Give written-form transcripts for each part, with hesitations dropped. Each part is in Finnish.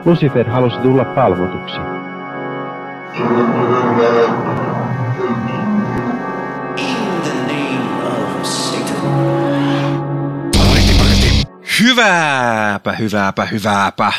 Lucifer halusi tulla palvotuksi. Hyvääpä.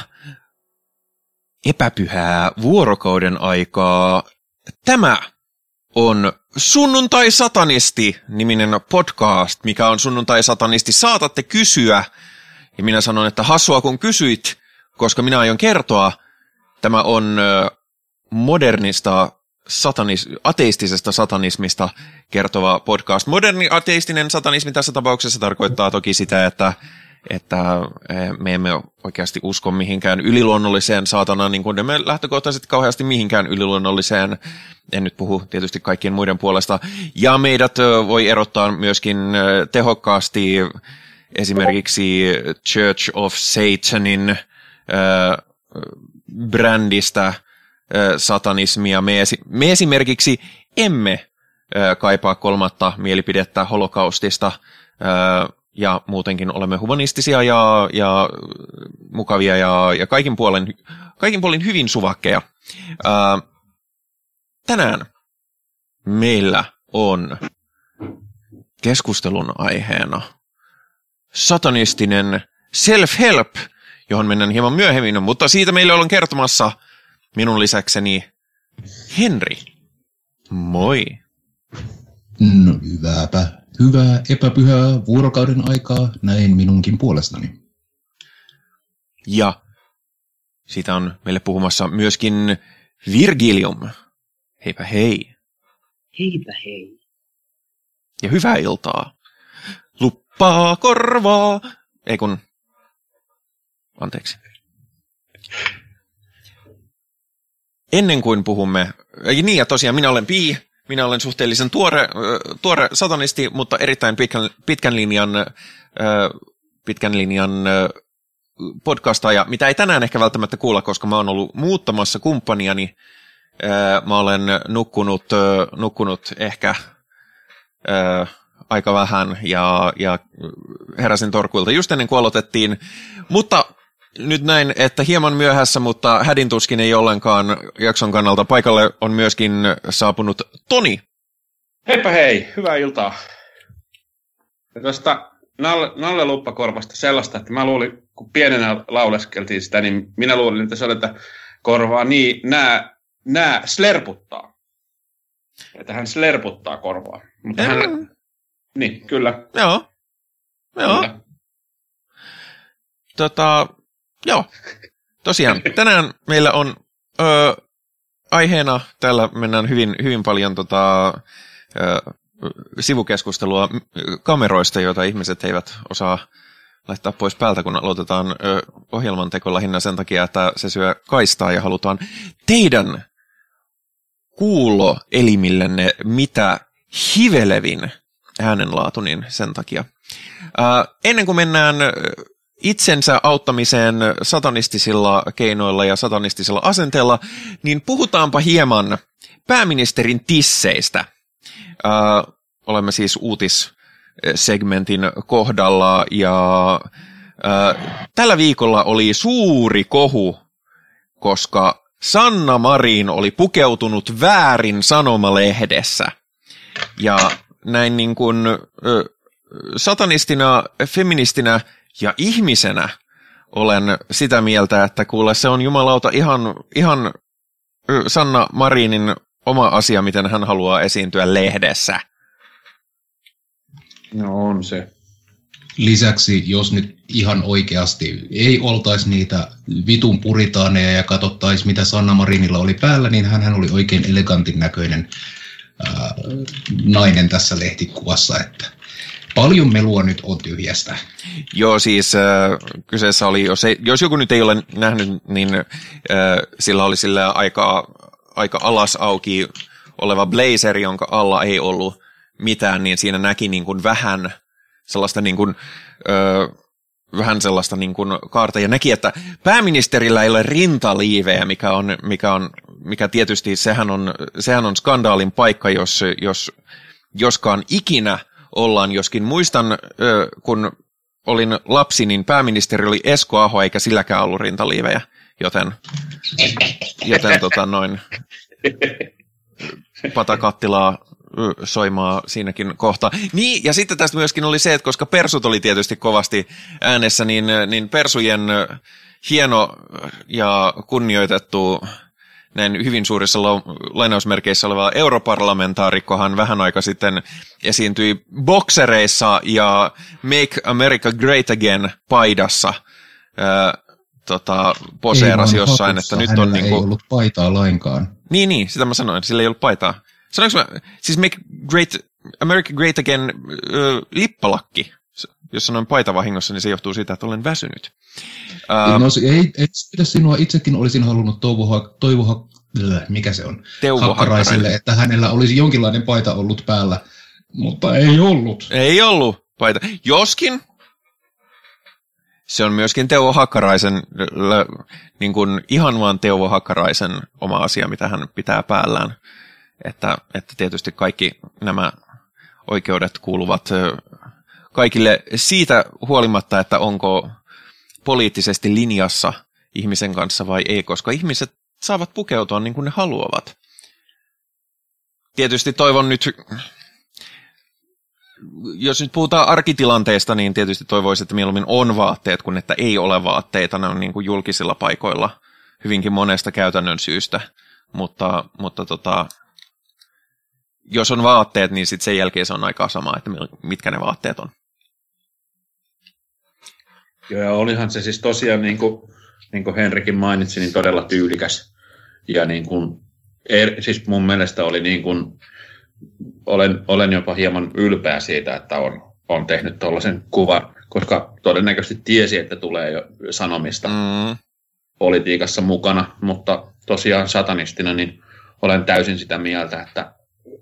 Epäpyhää vuorokauden aikaa. Tämä on Sunnuntai-satanisti-niminen podcast, mikä on Sunnuntai-satanisti. Saatatte kysyä, ja minä sanon, että hassua kun kysyit, koska minä aion kertoa. Tämä on modernista ateistisesta satanismista kertova podcast. Moderni ateistinen satanismi tässä tapauksessa tarkoittaa toki sitä, että me emme oikeasti usko mihinkään yliluonnolliseen saatanaan, niin kuin me lähtökohtaisesti kauheasti mihinkään yliluonnolliseen. En nyt puhu tietysti kaikkien muiden puolesta. Ja meidät voi erottaa myöskin tehokkaasti esimerkiksi Church of Satanin brändistä satanismia. Me esimerkiksi emme kaipaa kolmatta mielipidettä holokaustista, ja muutenkin olemme humanistisia ja mukavia ja kaikin puolin hyvin suvakkeja. Tänään meillä on keskustelun aiheena satanistinen self-help, johon mennään hieman myöhemmin, mutta siitä meille on kertomassa minun lisäkseni Henri. Moi. No hyvää epäpyhää vuorokauden aikaa näin minunkin puolestani. Ja siitä on meille puhumassa myöskin Virgilium. Heipä hei. Heipä hei. Ja hyvää iltaa. Luppaa korvaa. Ei kun. Anteeksi. Ennen kuin puhumme, niin ja tosiaan minä olen Pi, minä olen suhteellisen tuore satanisti, mutta erittäin pitkän linjan podcastaja, mitä ei tänään ehkä välttämättä kuulla, koska mä oon ollut muuttamassa kumppaniani. Mä olen nukkunut ehkä aika vähän ja heräsin torkuilta just ennen kuin aloitettiin, mutta nyt näin, että hieman myöhässä, mutta hädintuskin ei ollenkaan jakson kannalta. Paikalle on myöskin saapunut Toni. Heipä hei, hyvää iltaa. Ja tuosta Nalle Luppakorvasta sellaista, että mä luulin, kun pienenä lauleskeltiin sitä, niin minä luulin, että se oli, että korvaa niin, nää slerputtaa. Että hän slerputtaa korvaa. Mutta hän, niin, kyllä. Joo. Kyllä. Joo, tosiaan. Tänään meillä on aiheena, täällä mennään hyvin paljon sivukeskustelua kameroista, joita ihmiset eivät osaa laittaa pois päältä, kun aloitetaan ohjelman teko lähinnä sen takia, että se syö kaistaa ja halutaan teidän kuuloelimillenne mitä hivelevin äänenlaatu, niin sen takia. Ennen kuin mennään itsensä auttamiseen satanistisilla keinoilla ja satanistisella asenteella, niin puhutaanpa hieman pääministerin tisseistä. Olemme siis uutissegmentin kohdalla ja tällä viikolla oli suuri kohu, koska Sanna Marin oli pukeutunut väärin Sanomalehdessä. Ja näin niin kuin satanistina, feministinä ja ihmisenä olen sitä mieltä, että kuule se on jumalauta ihan Sanna Marinin oma asia, miten hän haluaa esiintyä lehdessä. No on se. Lisäksi, jos nyt ihan oikeasti ei oltaisi niitä vitun puritaaneja ja katsottaisiin, mitä Sanna Marinilla oli päällä, niin hän oli oikein elegantin näköinen nainen tässä lehtikuvassa, että paljon melua nyt on tyhjästä. Joo, siis kyseessä oli, jos joku nyt ei ole nähnyt, niin sillä oli sillä aika alas auki oleva blazer, jonka alla ei ollut mitään, niin siinä näki niin kuin vähän sellaista niin kuin, kaarta, ja näki, että pääministerillä ei ole rintaliivejä, mikä tietysti sehän on skandaalin paikka, joskaan ikinä ollaan, joskin muistan, kun olin lapsi, niin pääministeri oli Esko Aho, eikä silläkään ollut rintaliivejä. joten patakattilaa soimaa siinäkin kohtaa. Niin, ja sitten tästä myöskin oli se, että koska persut oli tietysti kovasti äänessä, niin persujen hieno ja kunnioitettu näin hyvin suurissa lainausmerkeissä oleva europarlamentaarikkohan vähän aika sitten esiintyi boksereissa ja Make America Great Again -paidassa poseerasi jossain, että nyt on niinku... ei ollut paitaa lainkaan. Niin, sitä mä sanoin, sillä ei ollut paitaa. Sanoinko mä, siis Make America Great Again lippalakki, jos sanoin paita vahingossa, niin se johtuu siitä, että olen väsynyt. No ei pidä sinua, itsekin olisin halunnut Hakkaraiselle, että hänellä olisi jonkinlainen paita ollut päällä, mutta ei ollut. Ei ollut paita. Joskin se on myöskin Teuvo Hakkaraisen, niin kuin ihan vaan Teuvo Hakkaraisen oma asia, mitä hän pitää päällään. Että tietysti kaikki nämä oikeudet kuuluvat kaikille siitä huolimatta, että onko poliittisesti linjassa ihmisen kanssa vai ei, koska ihmiset saavat pukeutua niin kuin ne haluavat. Tietysti toivon nyt, jos nyt puhutaan arkitilanteesta, niin tietysti toivoisin, että mieluummin on vaatteet, kun että ei ole vaatteita. Ne on niin kuin julkisilla paikoilla hyvinkin monesta käytännön syystä, mutta jos on vaatteet, niin sitten sen jälkeen se on aika sama, että mitkä ne vaatteet on. Joo, ja olihan se siis tosiaan, niin kuin Henrikin mainitsi, niin todella tyylikäs. Ja niin kuin, siis mun mielestä oli niin kuin, olen jopa hieman ylpeä siitä, että on tehnyt tuollaisen kuvan, koska todennäköisesti tiesi, että tulee jo sanomista politiikassa mukana, mutta tosiaan satanistina niin olen täysin sitä mieltä, että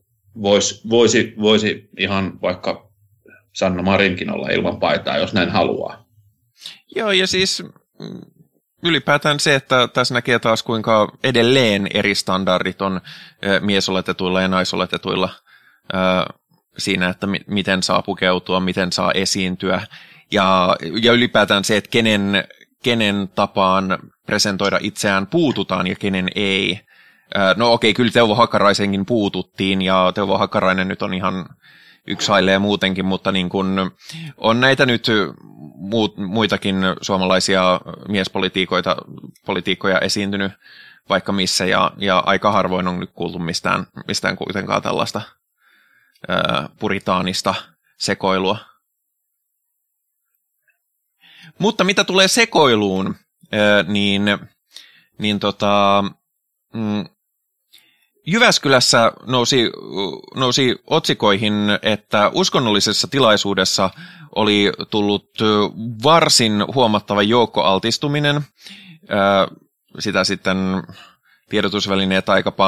voisi ihan vaikka Sanna Marinkin olla ilman paitaa, jos näin haluaa. Joo, ja siis ylipäätään se, että tässä näkee taas kuinka edelleen eri standardit on miesoletetuilla ja naisoletetuilla siinä, että miten saa pukeutua, miten saa esiintyä. Ja ylipäätään se, että kenen tapaan presentoida itseään puututaan ja kenen ei. No okei, kyllä Teuvo Hakkaraisenkin puututtiin, ja Teuvo Hakkarainen nyt on ihan yksailee muutenkin, mutta niin kun on näitä nyt muitakin suomalaisia miespolitiikkoja esiintynyt vaikka missä, ja aika harvoin on nyt kuultu mistään kuitenkaan tällaista puritaanista sekoilua. Mutta mitä tulee sekoiluun, Jyväskylässä nousi otsikoihin, että uskonnollisessa tilaisuudessa oli tullut varsin huomattava joukkoaltistuminen. Sitä sitten tiedotusvälineet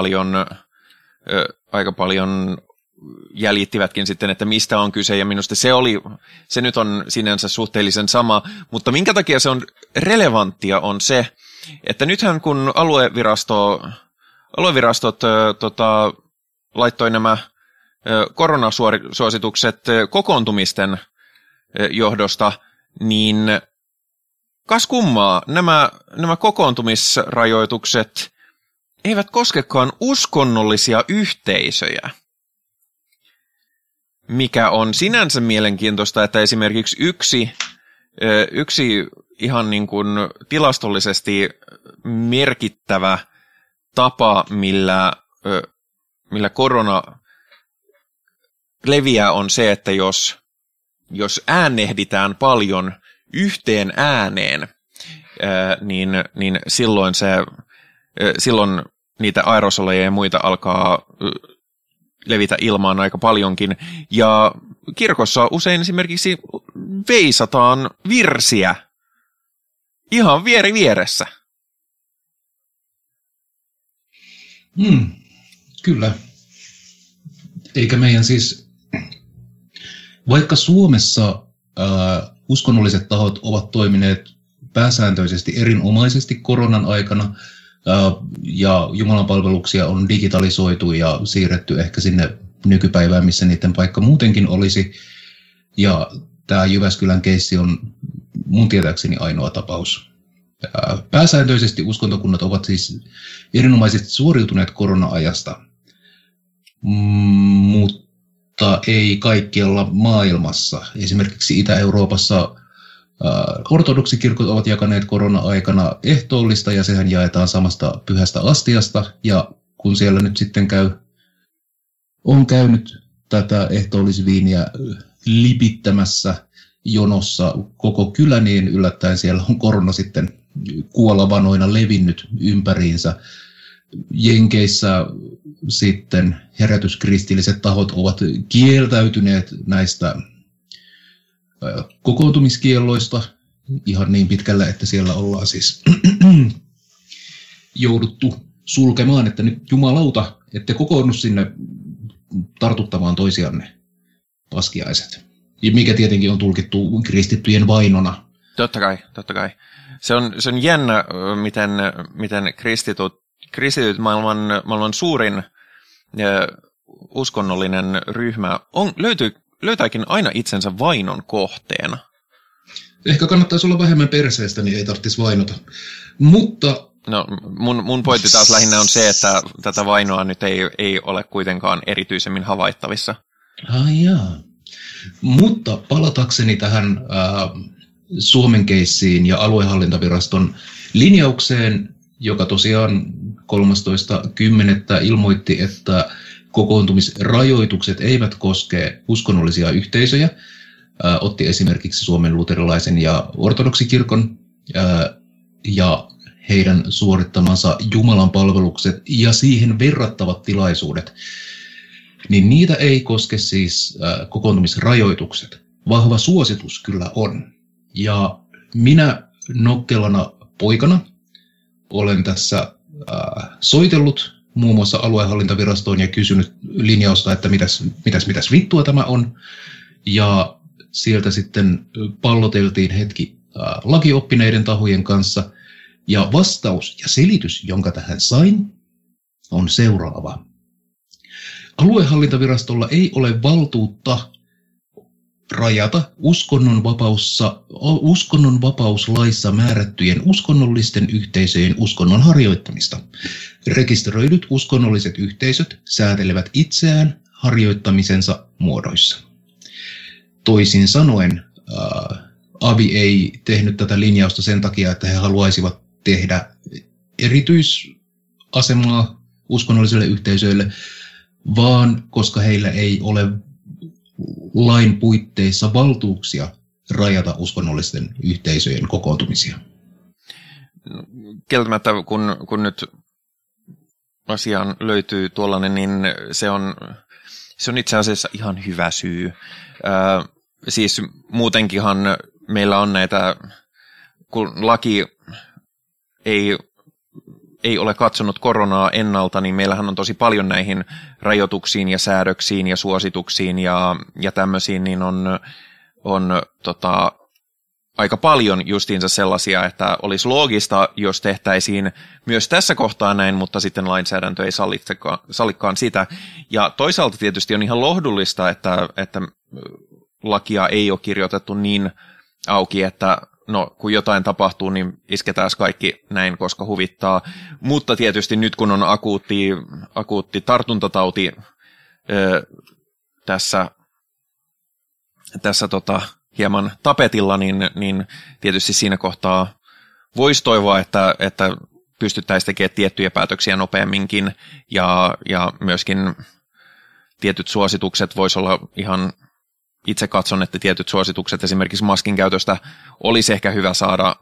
aika paljon jäljittivätkin sitten, että mistä on kyse, ja minusta se nyt on sinänsä suhteellisen sama, mutta minkä takia se on relevanttia on se, että nythän kun aluevirastot laittoi nämä koronasuositukset kokoontumisten johdosta, niin kas kummaa, nämä kokoontumisrajoitukset eivät koskekaan uskonnollisia yhteisöjä. Mikä on sinänsä mielenkiintoista, että esimerkiksi yksi ihan niin kuin tilastollisesti merkittävä tapa, millä korona leviää, on se, että jos äänehditään paljon yhteen ääneen, niin silloin niitä aerosoleja ja muita alkaa levitä ilmaan aika paljonkin. Ja kirkossa usein esimerkiksi veisataan virsiä ihan vieressä. Kyllä. Eikä meidän siis, vaikka Suomessa uskonnolliset tahot ovat toimineet pääsääntöisesti erinomaisesti koronan aikana, ja jumalanpalveluksia on digitalisoitu ja siirretty ehkä sinne nykypäivään, missä niiden paikka muutenkin olisi. Ja tämä Jyväskylän keissi on mun tietääkseni ainoa tapaus. Pääsääntöisesti uskontokunnat ovat siis erinomaisesti suoriutuneet korona-ajasta, mutta ei kaikkialla maailmassa. Esimerkiksi Itä-Euroopassa ortodoksikirkot ovat jakaneet korona-aikana ehtoollista, ja sehän jaetaan samasta pyhästä astiasta, ja kun siellä nyt sitten on käynyt tätä ehtoollisviiniä lipittämässä jonossa koko kylä, niin yllättäen siellä on korona sitten kuolavanoina levinnyt ympäriinsä. Jenkeissä sitten herätyskristilliset tahot ovat kieltäytyneet näistä kokoontumiskielloista ihan niin pitkälle, että siellä ollaan siis jouduttu sulkemaan, että nyt jumalauta, ette kokoonnu sinne tartuttamaan toisianne, paskiaiset. Mikä tietenkin on tulkittu kristittyjen vainona. Totta kai. Se on jännä, miten kristityt maailman suurin uskonnollinen ryhmä löytääkin aina itsensä vainon kohteena. Ehkä kannattaisi olla vähemmän perseestä, niin ei tarvitsisi vainota. Mutta no, mun pointti taas lähinnä on se, että tätä vainoa nyt ei ole kuitenkaan erityisemmin havaittavissa. Jaa. Mutta palatakseni tähän Suomen keissiin ja aluehallintoviraston linjaukseen, joka tosiaan 13.10. ilmoitti, että kokoontumisrajoitukset eivät koske uskonnollisia yhteisöjä. Otti esimerkiksi Suomen luterilaisen ja ortodoksikirkon ja heidän suorittamansa Jumalan palvelukset ja siihen verrattavat tilaisuudet, niin niitä ei koske siis kokoontumisrajoitukset. Vahva suositus kyllä on. Ja minä nokkelana poikana olen tässä soitellut muun muassa aluehallintovirastoon ja kysynyt linjausta, että mitäs vittua tämä on. Ja sieltä sitten palloteltiin hetki lakioppineiden tahojen kanssa. Ja vastaus ja selitys, jonka tähän sain, on seuraava. Aluehallintovirastolla ei ole valtuutta rajata uskonnonvapauslaissa määrättyjen uskonnollisten yhteisöjen uskonnon harjoittamista. Rekisteröidyt uskonnolliset yhteisöt säätelevät itseään harjoittamisensa muodoissa. Toisin sanoen, avi ei tehnyt tätä linjausta sen takia, että he haluaisivat tehdä erityisasemaa uskonnollisille yhteisöille, vaan koska heillä ei ole lain puitteissa valtuuksia rajata uskonnollisten yhteisöjen kokoontumisia. Kieltämättä, kun nyt asiaan löytyy tuollainen, niin se on itse asiassa ihan hyvä syy. Siis muutenkinhan meillä on näitä, kun laki ei ole katsonut koronaa ennalta, niin meillähän on tosi paljon näihin rajoituksiin ja säädöksiin ja suosituksiin ja tämmöisiin, niin on aika paljon justiinsa sellaisia, että olisi loogista, jos tehtäisiin myös tässä kohtaa näin, mutta sitten lainsäädäntö ei sallikaan sitä. Ja toisaalta tietysti on ihan lohdullista, että lakia ei ole kirjoitettu niin auki, että no, kun jotain tapahtuu, niin isketään kaikki näin, koska huvittaa. Mutta tietysti nyt, kun on akuutti tartuntatauti tässä hieman tapetilla, niin tietysti siinä kohtaa voisi toivoa, että pystyttäisiin tekemään tiettyjä päätöksiä nopeamminkin, ja myöskin tietyt suositukset voisi olla ihan. Itse katson, että tietyt suositukset esimerkiksi maskin käytöstä olisi ehkä hyvä saada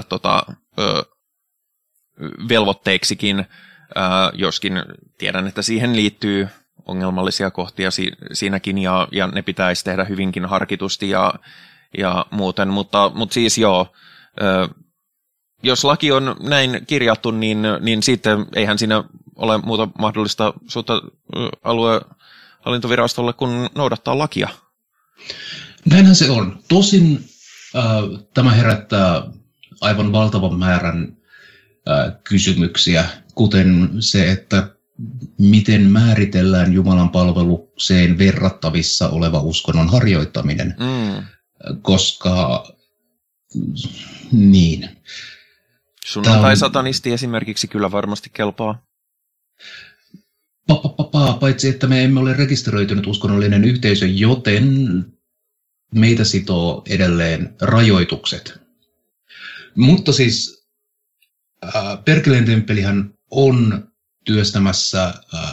velvoitteiksikin, joskin tiedän, että siihen liittyy ongelmallisia kohtia siinäkin, ja ne pitäisi tehdä hyvinkin harkitusti ja muuten, mutta siis joo, jos laki on näin kirjattu, niin sitten eihän siinä ole muuta mahdollista suutta aluehallintovirastolle kuin noudattaa lakia. Näinhän se on. Tosin tämä herättää aivan valtavan määrän kysymyksiä, kuten se, että miten määritellään Jumalan palvelukseen verrattavissa oleva uskonnon harjoittaminen, koska niin. Sunnuntai-satanisti esimerkiksi kyllä varmasti kelpaa. Paitsi, että me emme ole rekisteröitynyt uskonnollinen yhteisö, joten meitä sitoo edelleen rajoitukset. Mutta siis Perkeleen temppelihän on työstämässä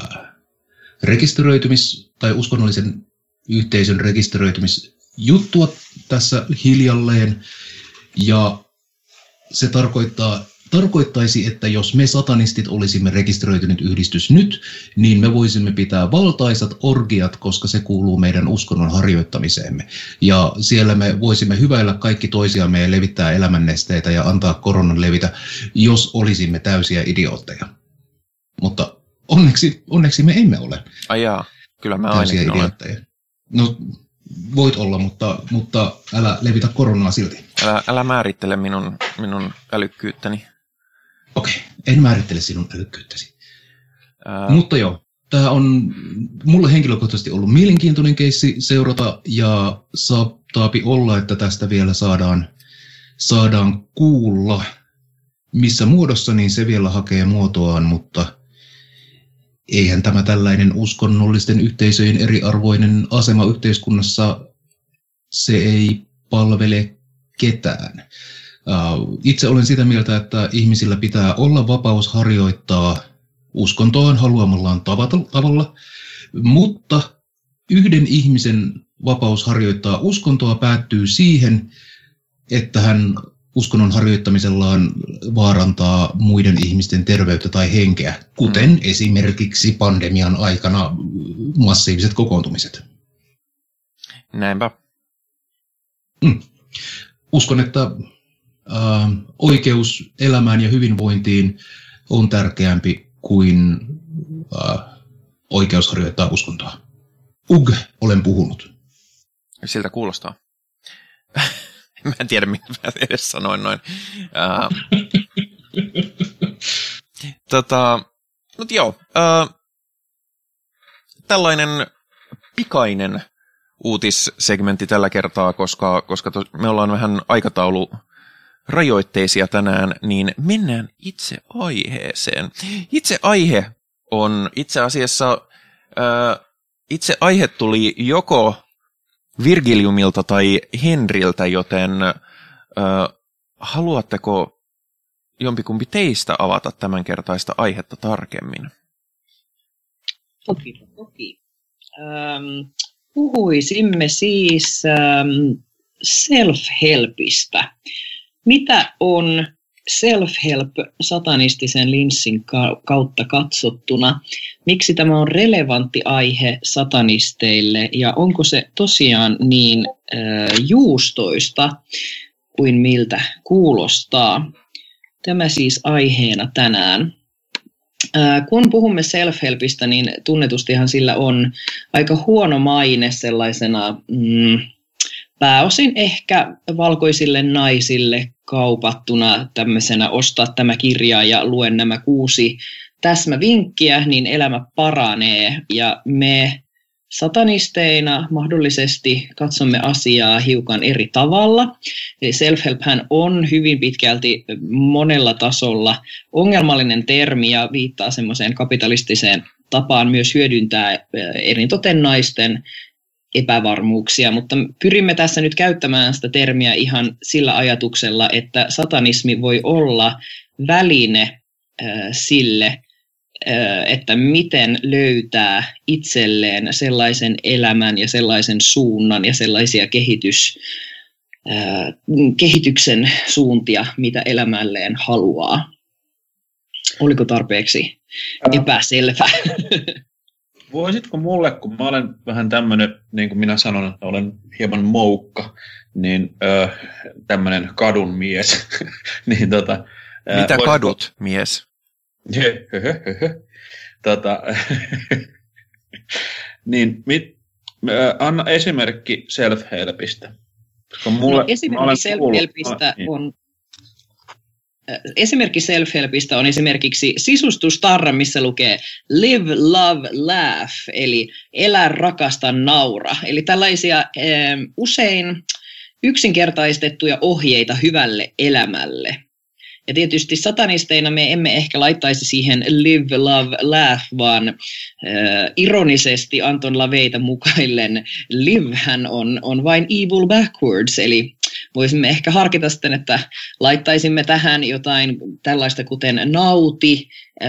tai uskonnollisen yhteisön rekisteröitymisjuttua tässä hiljalleen, ja se tarkoittaisi, että jos me satanistit olisimme rekisteröitynyt yhdistys nyt, niin me voisimme pitää valtaisat orgiat, koska se kuuluu meidän uskonnon harjoittamiseemme. Ja siellä me voisimme hyväillä kaikki toisiamme ja levittää elämännesteitä ja antaa koronan levitä, jos olisimme täysiä idiootteja. Mutta onneksi me emme ole kyllä mä täysiä ainakin idiootteja. No, voit olla, mutta älä levitä koronaa silti. Älä määrittele minun älykkyyttäni. Okei, en määrittele sinun älykkyyttäsi. Mutta joo, tämä on mulle henkilökohtaisesti ollut mielenkiintoinen keissi seurata, ja saattaapi olla, että tästä vielä saadaan kuulla. Missä muodossa, niin se vielä hakee muotoaan, mutta eihän tämä tällainen uskonnollisten yhteisöjen eriarvoinen asema yhteiskunnassa, se ei palvele ketään. Itse olen sitä mieltä, että ihmisillä pitää olla vapaus harjoittaa uskontoaan haluamallaan tavalla, mutta yhden ihmisen vapaus harjoittaa uskontoa päättyy siihen, että hän uskonnon harjoittamisellaan vaarantaa muiden ihmisten terveyttä tai henkeä, kuten esimerkiksi pandemian aikana massiiviset kokoontumiset. Näinpä. Uskon, että oikeus elämään ja hyvinvointiin on tärkeämpi kuin oikeus harjoittaa uskontoa. Olen puhunut. Siltä kuulostaa. Mä en tiedä, mitä mä edes sanoin noin. Mutta joo, tällainen pikainen uutissegmentti tällä kertaa, koska me ollaan vähän aikataulurajoitteisia tänään, niin mennään itse aiheeseen. Itse aihe tuli joko Virgiliumilta tai Henriltä, joten haluatteko jompikumpi teistä avata tämänkertaista aihetta tarkemmin? Toki. Puhuisimme siis self-helpistä. Mitä on self-help satanistisen linssin kautta katsottuna? Miksi tämä on relevantti aihe satanisteille ja onko se tosiaan niin juustoista kuin miltä kuulostaa? Tämä siis aiheena tänään. Kun puhumme self-helpistä, niin tunnetustihan sillä on aika huono maine sellaisena pääosin ehkä valkoisille naisille kaupattuna tämmöisenä ostaa tämä kirja ja luen nämä 6 täsmävinkkiä, niin elämä paranee. Ja me satanisteina mahdollisesti katsomme asiaa hiukan eri tavalla. Eli self-helphän on hyvin pitkälti monella tasolla ongelmallinen termi ja viittaa semmoiseen kapitalistiseen tapaan myös hyödyntää eritoten naisten epävarmuuksia, mutta pyrimme tässä nyt käyttämään sitä termiä ihan sillä ajatuksella, että satanismi voi olla väline sille, että miten löytää itselleen sellaisen elämän ja sellaisen suunnan ja sellaisia kehityksen suuntia, mitä elämälleen haluaa. Oliko tarpeeksi epäselvä? Voisitko mulle, kun mä olen vähän tämmöinen, niin kuin minä sanon, että olen hieman moukka, niin tämmöinen kadun mies. niin, mitä kadut, mies? niin, anna esimerkki self-helpistä. Esimerkki self-helpistä on esimerkiksi sisustustarra, missä lukee live, love, laugh, eli elä, rakasta, naura. Eli tällaisia usein yksinkertaistettuja ohjeita hyvälle elämälle. Ja tietysti satanisteina me emme ehkä laittaisi siihen live, love, laugh, vaan ironisesti Anton LaVeyta mukaillen livehän on vain evil backwards, eli voisimme ehkä harkita sitten, että laittaisimme tähän jotain tällaista kuten nauti,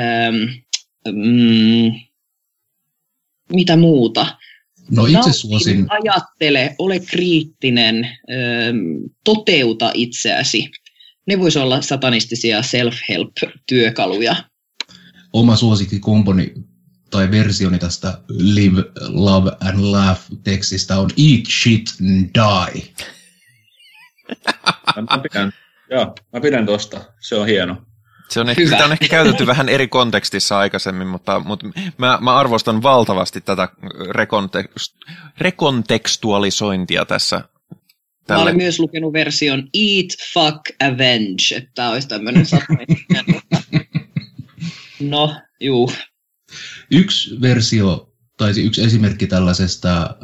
mitä muuta. No itse suosin... Ajattele, ole kriittinen, toteuta itseäsi. Ne voisi olla satanistisia self-help-työkaluja. Oma suosikkikomponi tai versioni tästä Live, Love and Laugh-tekstistä on Eat, Shit and Die. Mä pidän tosta. Se on hieno. Sitä on ehkä käytetty vähän eri kontekstissa aikaisemmin, mutta mä arvostan valtavasti tätä rekontekstualisointia tässä. Mä olen myös lukenut version Eat, Fuck, Avenge, että tämä olisi tämmöinen satanistinen. No, juu. Yksi versio, tai yksi esimerkki tällaisesta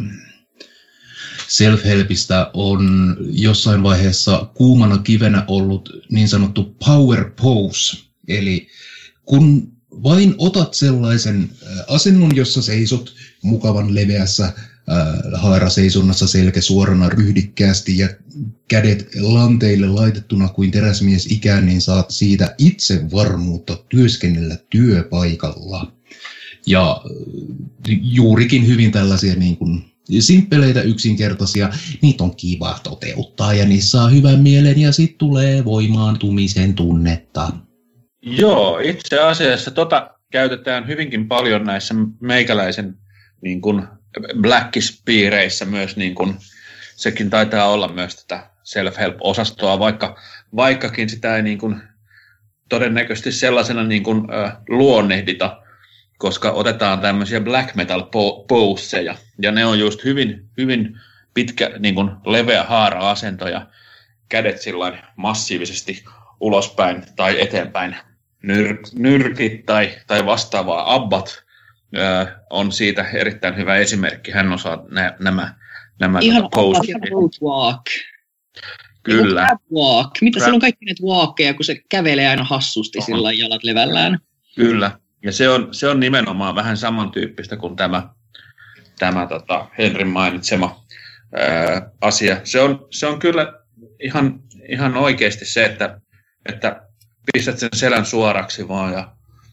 self-helpistä on jossain vaiheessa kuumana kivenä ollut niin sanottu power pose. Eli kun vain otat sellaisen asennon, jossa seisot mukavan leveässä haaraseisonnassa selkä suorana ryhdikkäästi ja kädet lanteille laitettuna kuin teräsmies ikään, niin saat siitä itsevarmuutta työskennellä työpaikalla. Ja juurikin hyvin tällaisia niin kuin simppeleitä, yksinkertaisia, niitä on kiva toteuttaa ja niissä saa hyvän mielen ja sitten tulee voimaantumisen tunnetta. Joo, itse asiassa käytetään hyvinkin paljon näissä meikäläisen niin kuin Blackish-piireissä myös, niin kuin, sekin taitaa olla myös tätä self-help-osastoa, vaikkakin sitä ei niin kuin, todennäköisesti sellaisena niin kuin, luonnehdita, koska otetaan tämmöisiä black metal poseja, ja ne on just hyvin pitkä, niin kuin leveä haara-asento, ja kädet sillain massiivisesti ulospäin tai eteenpäin, nyrkit tai vastaavaa. Abbat on siitä erittäin hyvä esimerkki. Hän osaa nämä ihan poset. Walk. Kyllä. Walk. Mitä siellä on kaikki näitä walkkeja, kun se kävelee aina hassusti sillä jalat levällään. Kyllä. Ja se on nimenomaan vähän samantyyppistä kuin tämä Henrin mainitsema asia. Se on kyllä ihan oikeasti se, että pistät sen selän suoraksi vaan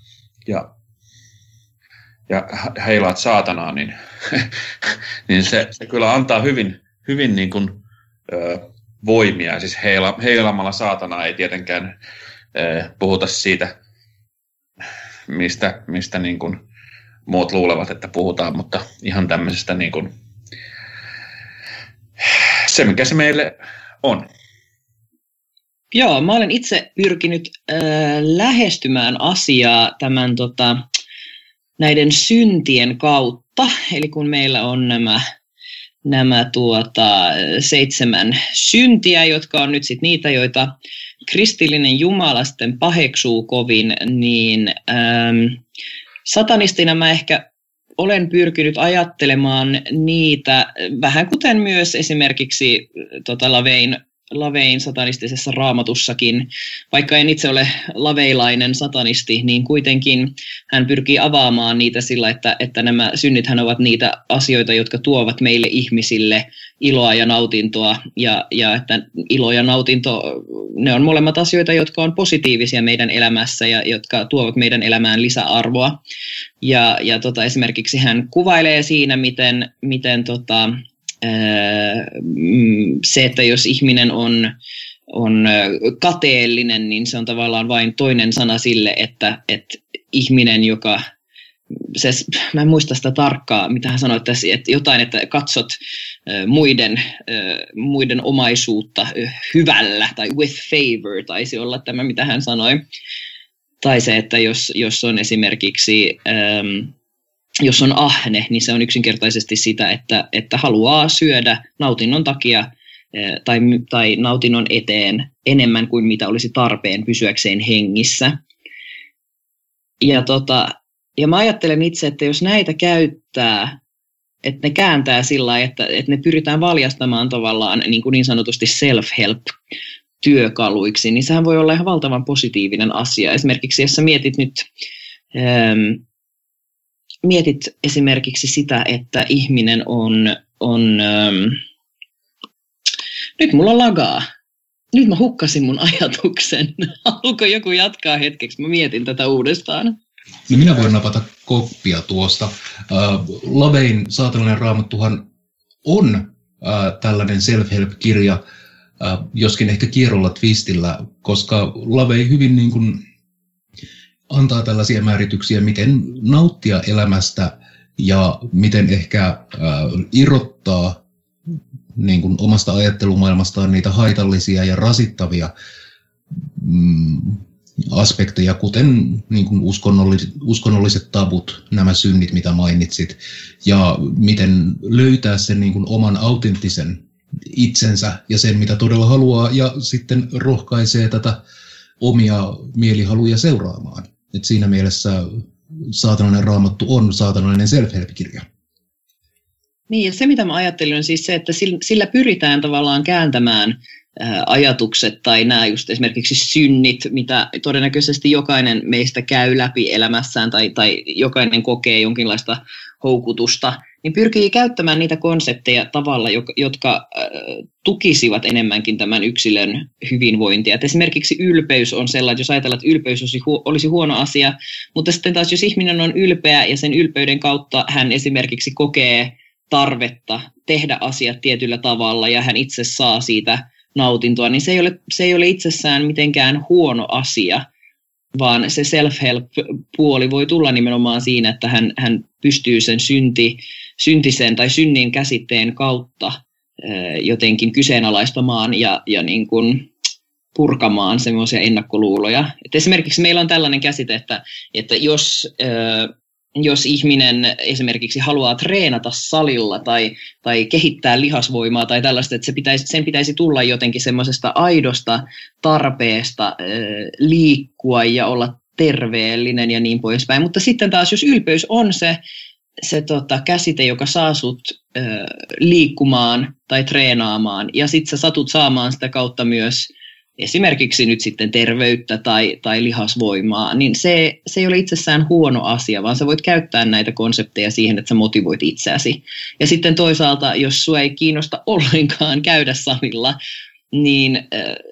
ja heilaat saatanaa, niin, niin se kyllä antaa hyvin niin kuin, voimia. Siis heilaamalla saatanaa ei tietenkään puhuta siitä, mistä niin kuin muut luulevat, että puhutaan, mutta ihan tämmöisestä niin kuin, se, mikä se meille on. Joo, mä olen itse pyrkinyt lähestymään asiaa tämän näiden syntien kautta, eli kun meillä on nämä 7 syntiä, jotka on nyt sit niitä, joita kristillinen Jumala sitten paheksuu kovin, niin satanistina mä ehkä olen pyrkinyt ajattelemaan niitä, vähän kuten myös esimerkiksi LaVeyn satanistisessa raamatussakin, vaikka en itse ole laveilainen satanisti, niin kuitenkin hän pyrkii avaamaan niitä sillä, että nämä synnithän ovat niitä asioita, jotka tuovat meille ihmisille iloa ja nautintoa, ja että ilo ja nautinto, ne on molemmat asioita, jotka on positiivisia meidän elämässä ja jotka tuovat meidän elämään lisäarvoa. Ja esimerkiksi hän kuvailee siinä, miten se, että jos ihminen on kateellinen, niin se on tavallaan vain toinen sana sille, että ihminen, joka, mä en muista sitä tarkkaa, mitä hän sanoi, että jotain, että katsot muiden omaisuutta hyvällä tai with favor, taisi olla tämä, mitä hän sanoi. Tai se, että jos on esimerkiksi jos on ahne, niin se on yksinkertaisesti sitä, että haluaa syödä nautinnon takia tai nautinnon eteen enemmän kuin mitä olisi tarpeen pysyäkseen hengissä. Ja mä ajattelen itse, että jos näitä käyttää, että ne kääntää sillä lailla, että ne pyritään valjastamaan tavallaan niin sanotusti self-help työkaluiksi, niin sehän voi olla ihan valtavan positiivinen asia. Esimerkiksi jos sä mietit nyt, mietit esimerkiksi sitä, että ihminen on nyt mulla lagaa. Nyt mä hukkasin mun ajatuksen. Haluatko joku jatkaa hetkeksi? Mä mietin tätä uudestaan. No minä voin napata koppia tuosta. Lavein Saatanallinen Raamattuhan on tällainen self-help-kirja, joskin ehkä kierrolla twistillä, koska Lavei hyvin niin kuin antaa tällaisia määrityksiä, miten nauttia elämästä ja miten ehkä irrottaa niin kuin omasta ajattelumaailmastaan niitä haitallisia ja rasittavia aspekteja, kuten niin kuin uskonnolliset tabut, nämä synnit, mitä mainitsit, ja miten löytää sen niin kuin oman autenttisen itsensä ja sen, mitä todella haluaa, ja sitten rohkaisee tätä omia mielihaluja seuraamaan. Et siinä mielessä Saatanallinen Raamattu on saatanallinen self-help-kirja. Niin, ja se mitä mä ajattelin on siis se, että sillä pyritään tavallaan kääntämään ajatukset tai nämä just esimerkiksi synnit, mitä todennäköisesti jokainen meistä käy läpi elämässään tai jokainen kokee jonkinlaista houkutusta, niin pyrkii käyttämään niitä konsepteja tavalla, jotka tukisivat enemmänkin tämän yksilön hyvinvointia. Et esimerkiksi ylpeys on sellainen, että jos ajatellaan, että ylpeys olisi huono asia, mutta sitten taas jos ihminen on ylpeä ja sen ylpeyden kautta hän esimerkiksi kokee tarvetta tehdä asiat tietyllä tavalla ja hän itse saa siitä nautintoa, niin se ei ole itsessään mitenkään huono asia, vaan se self-help-puoli voi tulla nimenomaan siinä, että hän pystyy sen syntisen tai synnin käsitteen kautta jotenkin kyseenalaistamaan ja niin kuin purkamaan semmoisia ennakkoluuloja. Et esimerkiksi meillä on tällainen käsite, että jos ihminen esimerkiksi haluaa treenata salilla tai kehittää lihasvoimaa tai tällaista, että sen pitäisi tulla jotenkin semmoisesta aidosta tarpeesta liikkua ja olla terveellinen ja niin poispäin. Mutta sitten taas, jos ylpeys on se käsite, joka saa sut liikkumaan tai treenaamaan ja sitten sä satut saamaan sitä kautta myös esimerkiksi nyt sitten terveyttä tai lihasvoimaa, niin se ei ole itsessään huono asia, vaan sä voit käyttää näitä konsepteja siihen, että sä motivoit itseäsi. Ja sitten toisaalta, jos sua ei kiinnosta ollenkaan käydä salilla, niin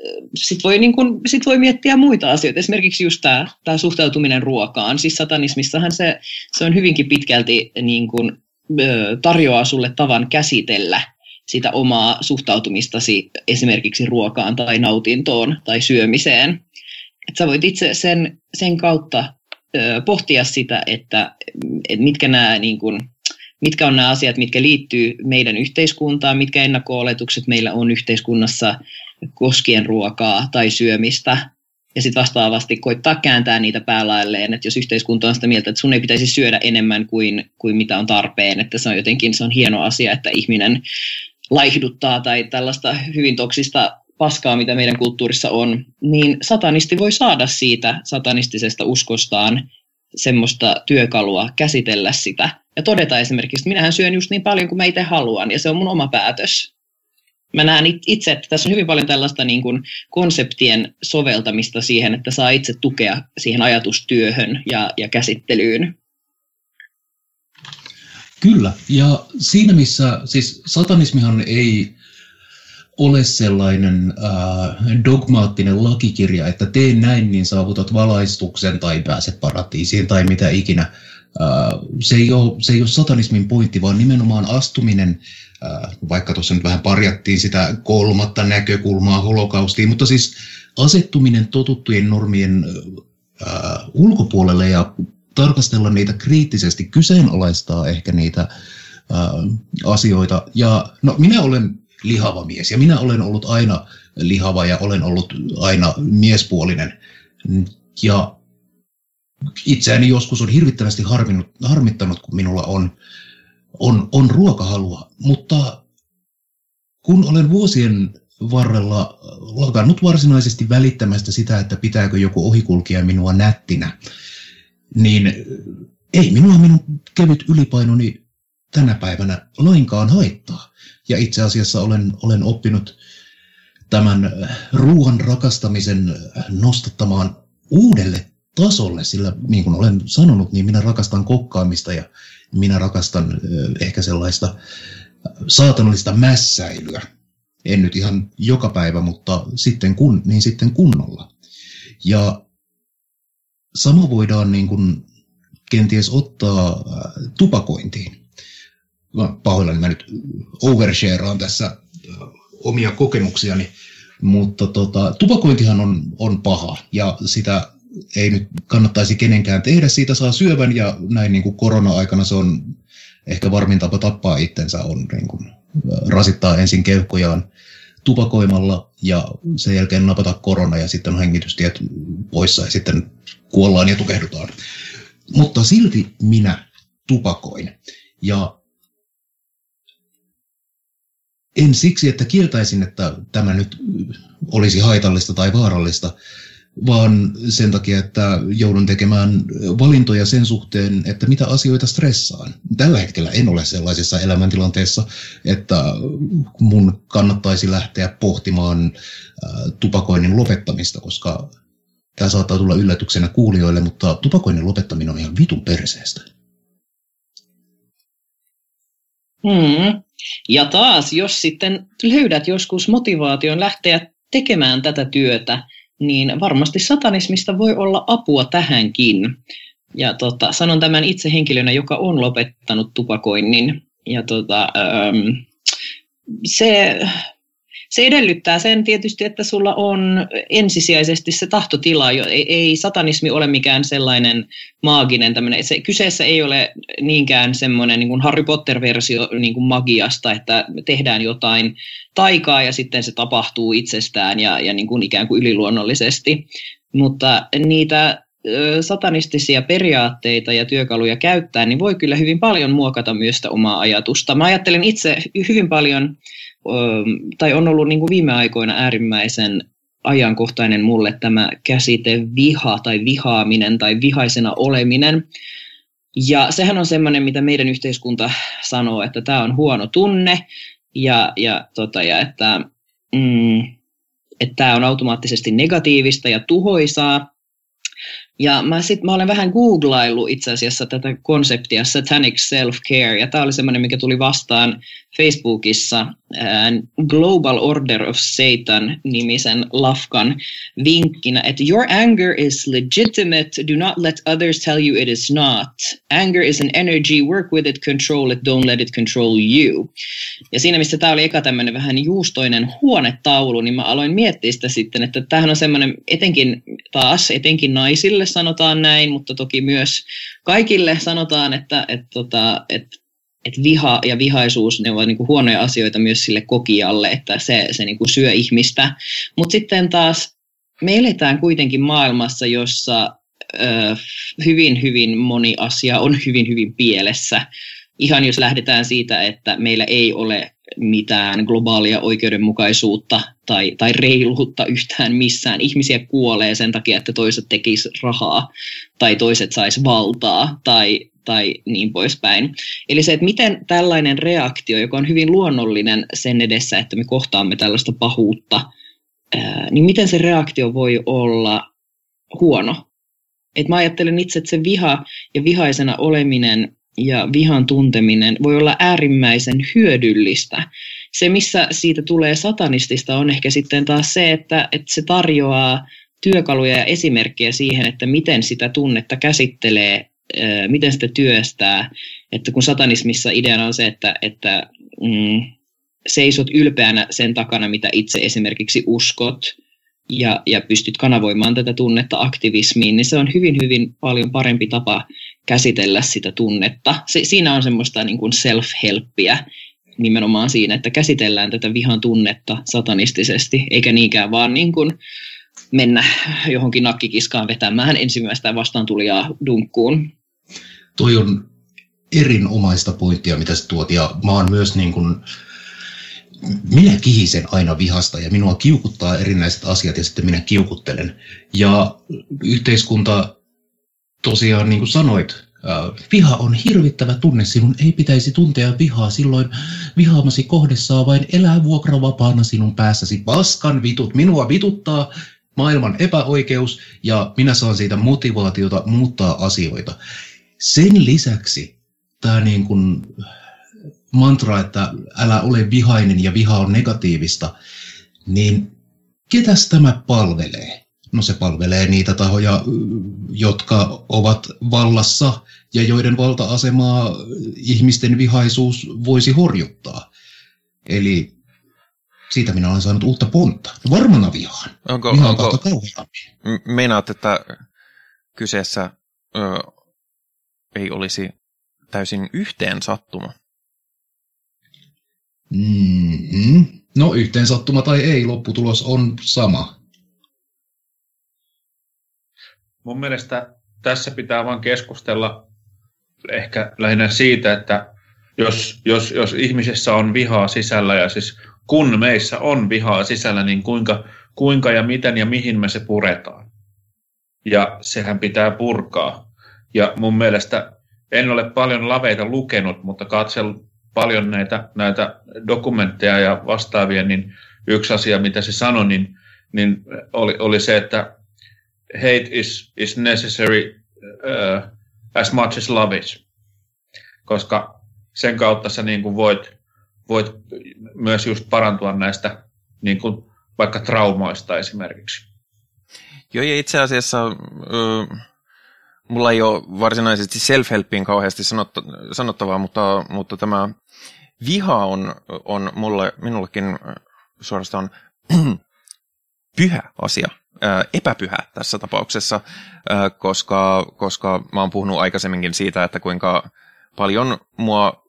sit voi miettiä muita asioita. Esimerkiksi just tämä suhtautuminen ruokaan. Siis satanismissahan se on hyvinkin pitkälti niin kuin, tarjoaa sulle tavan käsitellä sitä omaa suhtautumistasi esimerkiksi ruokaan tai nautintoon tai syömiseen. Että sä voit itse sen kautta pohtia sitä, että mitkä on nämä asiat, mitkä liittyy meidän yhteiskuntaan, mitkä ennakko-oletukset meillä on yhteiskunnassa koskien ruokaa tai syömistä. Ja sitten vastaavasti koittaa kääntää niitä päälailleen, että jos yhteiskunta on sitä mieltä, että sun ei pitäisi syödä enemmän kuin mitä on tarpeen, että se on hieno asia, että ihminen laihduttaa tai tällaista hyvin toksista paskaa, mitä meidän kulttuurissa on, niin satanisti voi saada siitä satanistisesta uskostaan semmoista työkalua käsitellä sitä ja todeta esimerkiksi, että minähän syön just niin paljon kuin mä itse haluan ja se on mun oma päätös. Mä näen itse, että tässä on hyvin paljon tällaista niin kuin konseptien soveltamista siihen, että saa itse tukea siihen ajatustyöhön ja käsittelyyn. Kyllä, ja siinä missä, siis satanismihan ei ole sellainen dogmaattinen lakikirja, että tee näin, niin saavutat valaistuksen tai pääset paratiisiin tai mitä ikinä. Se ei ole satanismin pointti, vaan nimenomaan astuminen, vaikka tuossa nyt vähän parjattiin sitä kolmatta näkökulmaa holokaustiin, mutta siis asettuminen totuttujen normien ulkopuolelle ja tarkastella niitä kriittisesti, kyseenalaistaa ehkä niitä asioita. Ja no, minä olen lihava mies ja minä olen ollut aina lihava ja olen ollut aina miespuolinen. Ja itseäni joskus on hirvittävästi harmittanut, kun minulla on ruokahalua. Mutta kun olen vuosien varrella lakannut varsinaisesti välittämästä sitä, että pitääkö joku ohikulkija minua nättinä, niin ei minun kevyt ylipainoni tänä päivänä lainkaan haittaa. Ja itse asiassa olen oppinut tämän ruoan rakastamisen nostattamaan uudelle tasolle, sillä niin kuin olen sanonut, niin minä rakastan kokkaamista ja minä rakastan ehkä sellaista saatanallista mässäilyä. En nyt ihan joka päivä, mutta sitten kunnolla. Ja sama voidaan niin kuin kenties ottaa tupakointiin. Pahoillani mä nyt overshareaan tässä omia kokemuksiani, mutta tupakointihan on paha ja sitä ei nyt kannattaisi kenenkään tehdä. Siitä saa syövän ja näin niin kuin korona-aikana se on ehkä varmin tapa tappaa itsensä on niin kuin rasittaa ensin keuhkojaan tupakoimalla ja sen jälkeen napata korona ja sitten on hengitystiet poissa ja sitten kuollaan ja tukehdutaan. Mutta silti minä tupakoin. Ja en siksi, että kieltäisin, että tämä nyt olisi haitallista tai vaarallista, vaan sen takia, että joudun tekemään valintoja sen suhteen, että mitä asioita stressaan. Tällä hetkellä en ole sellaisessa elämäntilanteessa, että mun kannattaisi lähteä pohtimaan tupakoinnin lopettamista, koska tämä saattaa tulla yllätyksenä kuulijoille, mutta tupakoinnin lopettaminen on ihan vitun perseestä. Ja taas, jos sitten löydät joskus motivaation lähteä tekemään tätä työtä, niin varmasti satanismista voi olla apua tähänkin. Ja sanon tämän itse henkilönä, joka on lopettanut tupakoinnin. Ja se edellyttää sen tietysti, että sulla on ensisijaisesti se tahtotila. Ei satanismi ole mikään sellainen maaginen tämmöinen. Kyseessä ei ole niinkään semmoinen niin kuin Harry Potter-versio niin kuin magiasta, että tehdään jotain taikaa ja sitten se tapahtuu itsestään ja niin kuin ikään kuin yliluonnollisesti. Mutta niitä satanistisia periaatteita ja työkaluja käyttää, niin voi kyllä hyvin paljon muokata myös sitä omaa ajatusta. Mä ajattelen itse hyvin paljon, tai on ollut niin kuin viime aikoina äärimmäisen ajankohtainen mulle tämä käsite viha tai vihaaminen tai vihaisena oleminen. Ja sehän on semmoinen, mitä meidän yhteiskunta sanoo, että tämä on huono tunne ja että tämä on automaattisesti negatiivista ja tuhoisaa. Ja mä olen vähän googlaillut itse asiassa tätä konseptia satanic self-care, ja tämä oli semmoinen, mikä tuli vastaan Facebookissa Global Order of Satan-nimisen lafkan vinkkinä, että your anger is legitimate, do not let others tell you it is not. Anger is an energy, work with it, control it, don't let it control you. Ja siinä, missä tämä oli eka tämmöinen vähän juustoinen huonetaulu, niin mä aloin miettiä sitä sitten, että tämähän on semmoinen etenkin naisille sanotaan näin, mutta toki myös kaikille sanotaan, että viha ja vihaisuus, ne ovat niin kuin huonoja asioita myös sille kokijalle, että se niin kuin syö ihmistä. Mutta sitten taas me eletään kuitenkin maailmassa, jossa hyvin, hyvin moni asia on hyvin, hyvin pielessä. Ihan jos lähdetään siitä, että meillä ei ole mitään globaalia oikeudenmukaisuutta tai reiluutta yhtään missään. Ihmisiä kuolee sen takia, että toiset tekisivät rahaa tai toiset sais valtaa tai niin poispäin. Eli se, että miten tällainen reaktio, joka on hyvin luonnollinen sen edessä, että me kohtaamme tällaista pahuutta, niin miten se reaktio voi olla huono? Et mä ajattelen itse, että se viha ja vihaisena oleminen ja vihan tunteminen voi olla äärimmäisen hyödyllistä. Se, missä siitä tulee satanistista, on ehkä sitten taas se, että se tarjoaa työkaluja ja esimerkkejä siihen, että miten sitä tunnetta käsittelee, miten sitä työstää. Että kun satanismissa ideana on se, että seisot ylpeänä sen takana, mitä itse esimerkiksi uskot, ja pystyt kanavoimaan tätä tunnetta aktivismiin, niin se on hyvin, hyvin paljon parempi tapa käsitellä sitä tunnetta. Siinä on semmoista niin kuin self-helppiä nimenomaan siinä, että käsitellään tätä vihan tunnetta satanistisesti, eikä niinkään vaan niin kuin mennä johonkin nakkikiskaan vetämään ensimmäistä vastaantulijaa dunkkuun. Toi on erinomaista pointtia, mitä sä tuot, ja mä oon myös niin kuin minä kihisen aina vihasta ja minua kiukuttaa erinäiset asiat ja sitten minä kiukuttelen. Ja yhteiskunta tosiaan, niin kuin sanoit, Viha on hirvittävä tunne, sinun ei pitäisi tuntea vihaa, silloin vihaamasi kohde saa vain elää vuokravapaana sinun päässäsi. Paskan vitut, minua vituttaa maailman epäoikeus ja minä saan siitä motivaatiota muuttaa asioita. Sen lisäksi tämä niin kuin mantra, että älä ole vihainen ja viha on negatiivista, niin ketäs tämä palvelee? No se palvelee niitä tahoja, jotka ovat vallassa ja joiden valta-asemaa ihmisten vihaisuus voisi horjuttaa. Eli siitä minä olen saanut uutta pontta. Varmana vihaan. Onko meinaat, että kyseessä ei olisi täysin yhteen sattuma? Mm-hmm. No yhteen sattuma tai ei, lopputulos on sama. Mun mielestä tässä pitää vaan keskustella ehkä lähinnä siitä, että jos ihmisessä on vihaa sisällä ja siis kun meissä on vihaa sisällä, niin kuinka ja miten ja mihin me se puretaan. Ja sehän pitää purkaa. Ja mun mielestä en ole paljon laveita lukenut, mutta katsellut paljon näitä dokumentteja ja vastaavia, niin yksi asia, mitä se sanoi, niin oli se, että hate is necessary as much as love is. Koska sen kautta sä niin kuin voit myös just parantua näistä niin kuin vaikka traumoista esimerkiksi. Joo, ja itse asiassa mulla ei ole varsinaisesti self-helpiin kauheasti sanottavaa, mutta tämä viha on minullekin suorastaan pyhä asia. Epäpyhä tässä tapauksessa, koska mä oon puhunut aikaisemminkin siitä, että kuinka paljon mua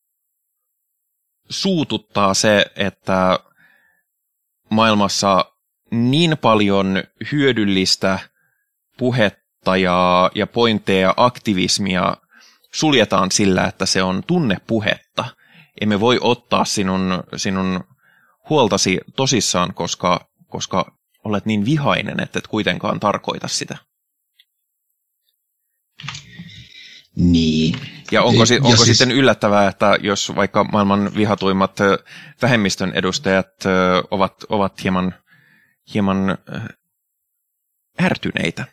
suututtaa se, että maailmassa niin paljon hyödyllistä puhetta ja pointteja ja aktivismia suljetaan sillä, että se on tunnepuhetta. Emme voi ottaa sinun huoltasi tosissaan, koska olet niin vihainen, että et kuitenkaan tarkoita sitä. Niin. Ja onko sitten yllättävää, että jos vaikka maailman vihatuimmat vähemmistön edustajat ovat hieman ärtyneitä?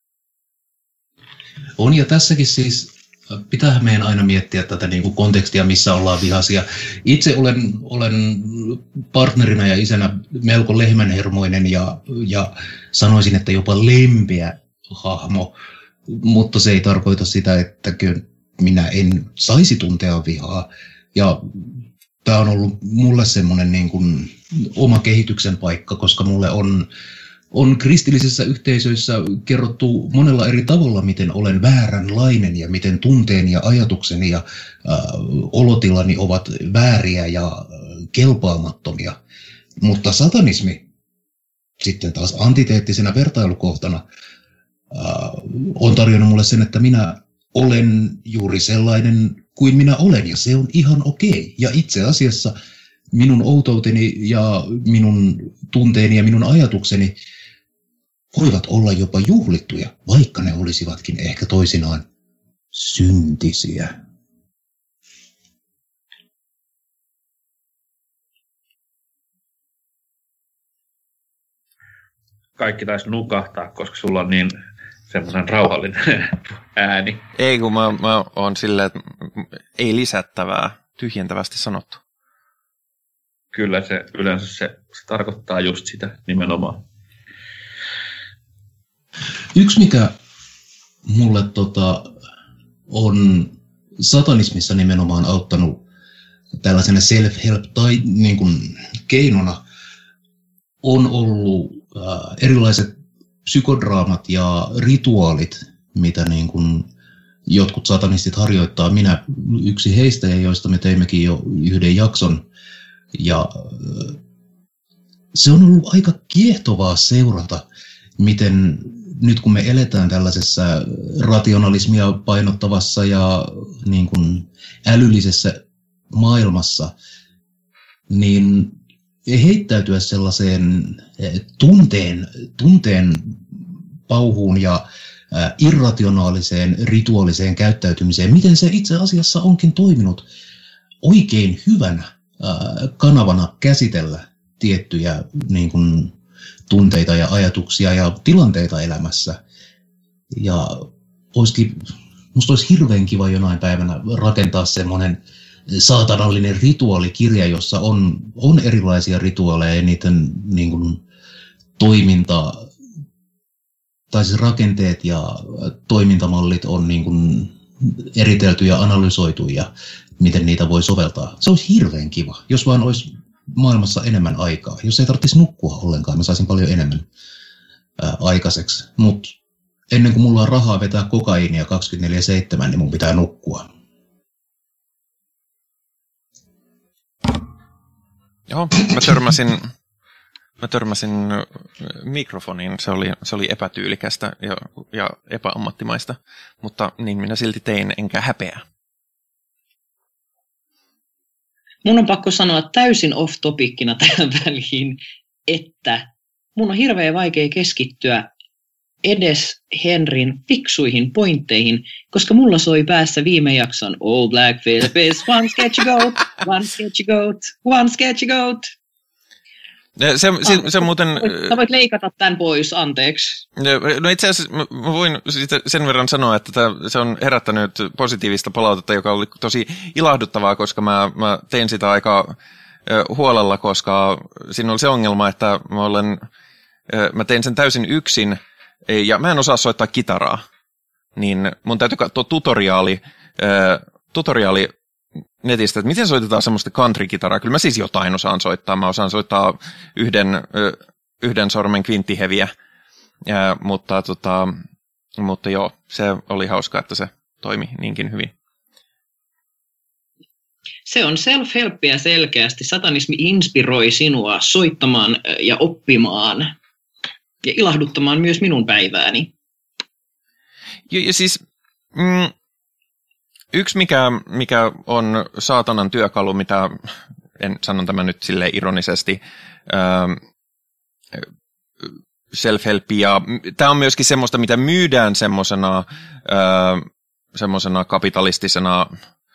On, ja tässäkin siis pitää meidän aina miettiä tätä niin kuin kontekstia, missä ollaan vihaisia. Itse olen partnerina ja isänä melko lehmänhermoinen ja sanoisin, että jopa lempeä hahmo, mutta se ei tarkoita sitä, että minä en saisi tuntea vihaa. Ja tämä on ollut mulle semmoinen niin kuin oma kehityksen paikka, koska mulle on kristillisissä yhteisöissä kerrottu monella eri tavalla, miten olen vääränlainen ja miten tunteeni ja ajatukseni ja olotilani ovat vääriä ja kelpaamattomia. Mutta satanismi sitten taas antiteettisenä vertailukohtana on tarjonnut mulle sen, että minä olen juuri sellainen kuin minä olen ja se on ihan okei. Ja itse asiassa minun outouteni ja minun tunteeni ja minun ajatukseni voivat olla jopa juhlittuja, vaikka ne olisivatkin ehkä toisinaan syntisiä. Kaikki taisi nukahtaa, koska sulla on niin semmoinen rauhallinen ääni. Ei, kun mä oon silleen, että ei lisättävää, tyhjentävästi sanottu. Kyllä se yleensä se tarkoittaa just sitä nimenomaan. Yksi, mikä mulle on satanismissa nimenomaan auttanut tällaisena self-help tai niin kuin keinona, on ollut erilaiset psykodraamat ja rituaalit, mitä niin kuin jotkut satanistit harjoittaa. Minä yksi heistä, joista me teimmekin jo yhden jakson. Ja se on ollut aika kiehtovaa seurata, miten nyt kun me eletään tällaisessa rationalismia painottavassa ja niin kuin älyllisessä maailmassa, niin heittäytyä sellaiseen tunteen pauhuun ja irrationaaliseen, rituaaliseen käyttäytymiseen, miten se itse asiassa onkin toiminut oikein hyvänä kanavana käsitellä tiettyjä niin kuin, tunteita ja ajatuksia ja tilanteita elämässä. Ja musta olisi hirveän kiva jonain päivänä rakentaa semmoinen saatanallinen rituaalikirja, jossa on erilaisia rituaaleja ja niiden niin kuin, toiminta, tai siis rakenteet ja toimintamallit on niin kuin, eritelty ja analysoitu ja miten niitä voi soveltaa. Se olisi hirveän kiva, jos vaan olisi maailmassa enemmän aikaa. Jos ei tarvitsisi nukkua ollenkaan, mä saisin paljon enemmän aikaiseksi. Mutta ennen kuin mulla on rahaa vetää kokaiinia 24/7, niin mun pitää nukkua. Joo, mä törmäsin mikrofoniin. Se oli epätyylikästä ja epäammattimaista, mutta niin minä silti tein, enkä häpeä. Mun on pakko sanoa täysin off-topikkina tähän väliin, että mun on hirveän vaikea keskittyä edes Henrin fiksuihin pointteihin, koska mulla soi päässä viime jakson All Black Philippines, one sketchy goat, one sketchy goat, one sketchy goat. Se muuten... Sä voit leikata tämän pois, anteeksi. No itse asiassa mä voin sen verran sanoa, että se on herättänyt positiivista palautetta, joka oli tosi ilahduttavaa, koska mä tein sitä aika huolella, koska siinä oli se ongelma, että mä tein sen täysin yksin ja mä en osaa soittaa kitaraa. Niin mun täytyy katsoa tutoriaali netistä, että miten soitetaan semmoista country-kitaraa. Kyllä mä siis jotain osaan soittaa. Mä osaan soittaa yhden sormen kvinttiheviä, mutta joo, se oli hauska, että se toimi niinkin hyvin. Se on self-helppiä selkeästi. Satanismi inspiroi sinua soittamaan ja oppimaan ja ilahduttamaan myös minun päivääni. Ja siis... Yksi, mikä on saatanan työkalu, mitä, en sanon tämän nyt silleen ironisesti, self-help, ja tämä on myöskin semmoista, mitä myydään semmoisena kapitalistisena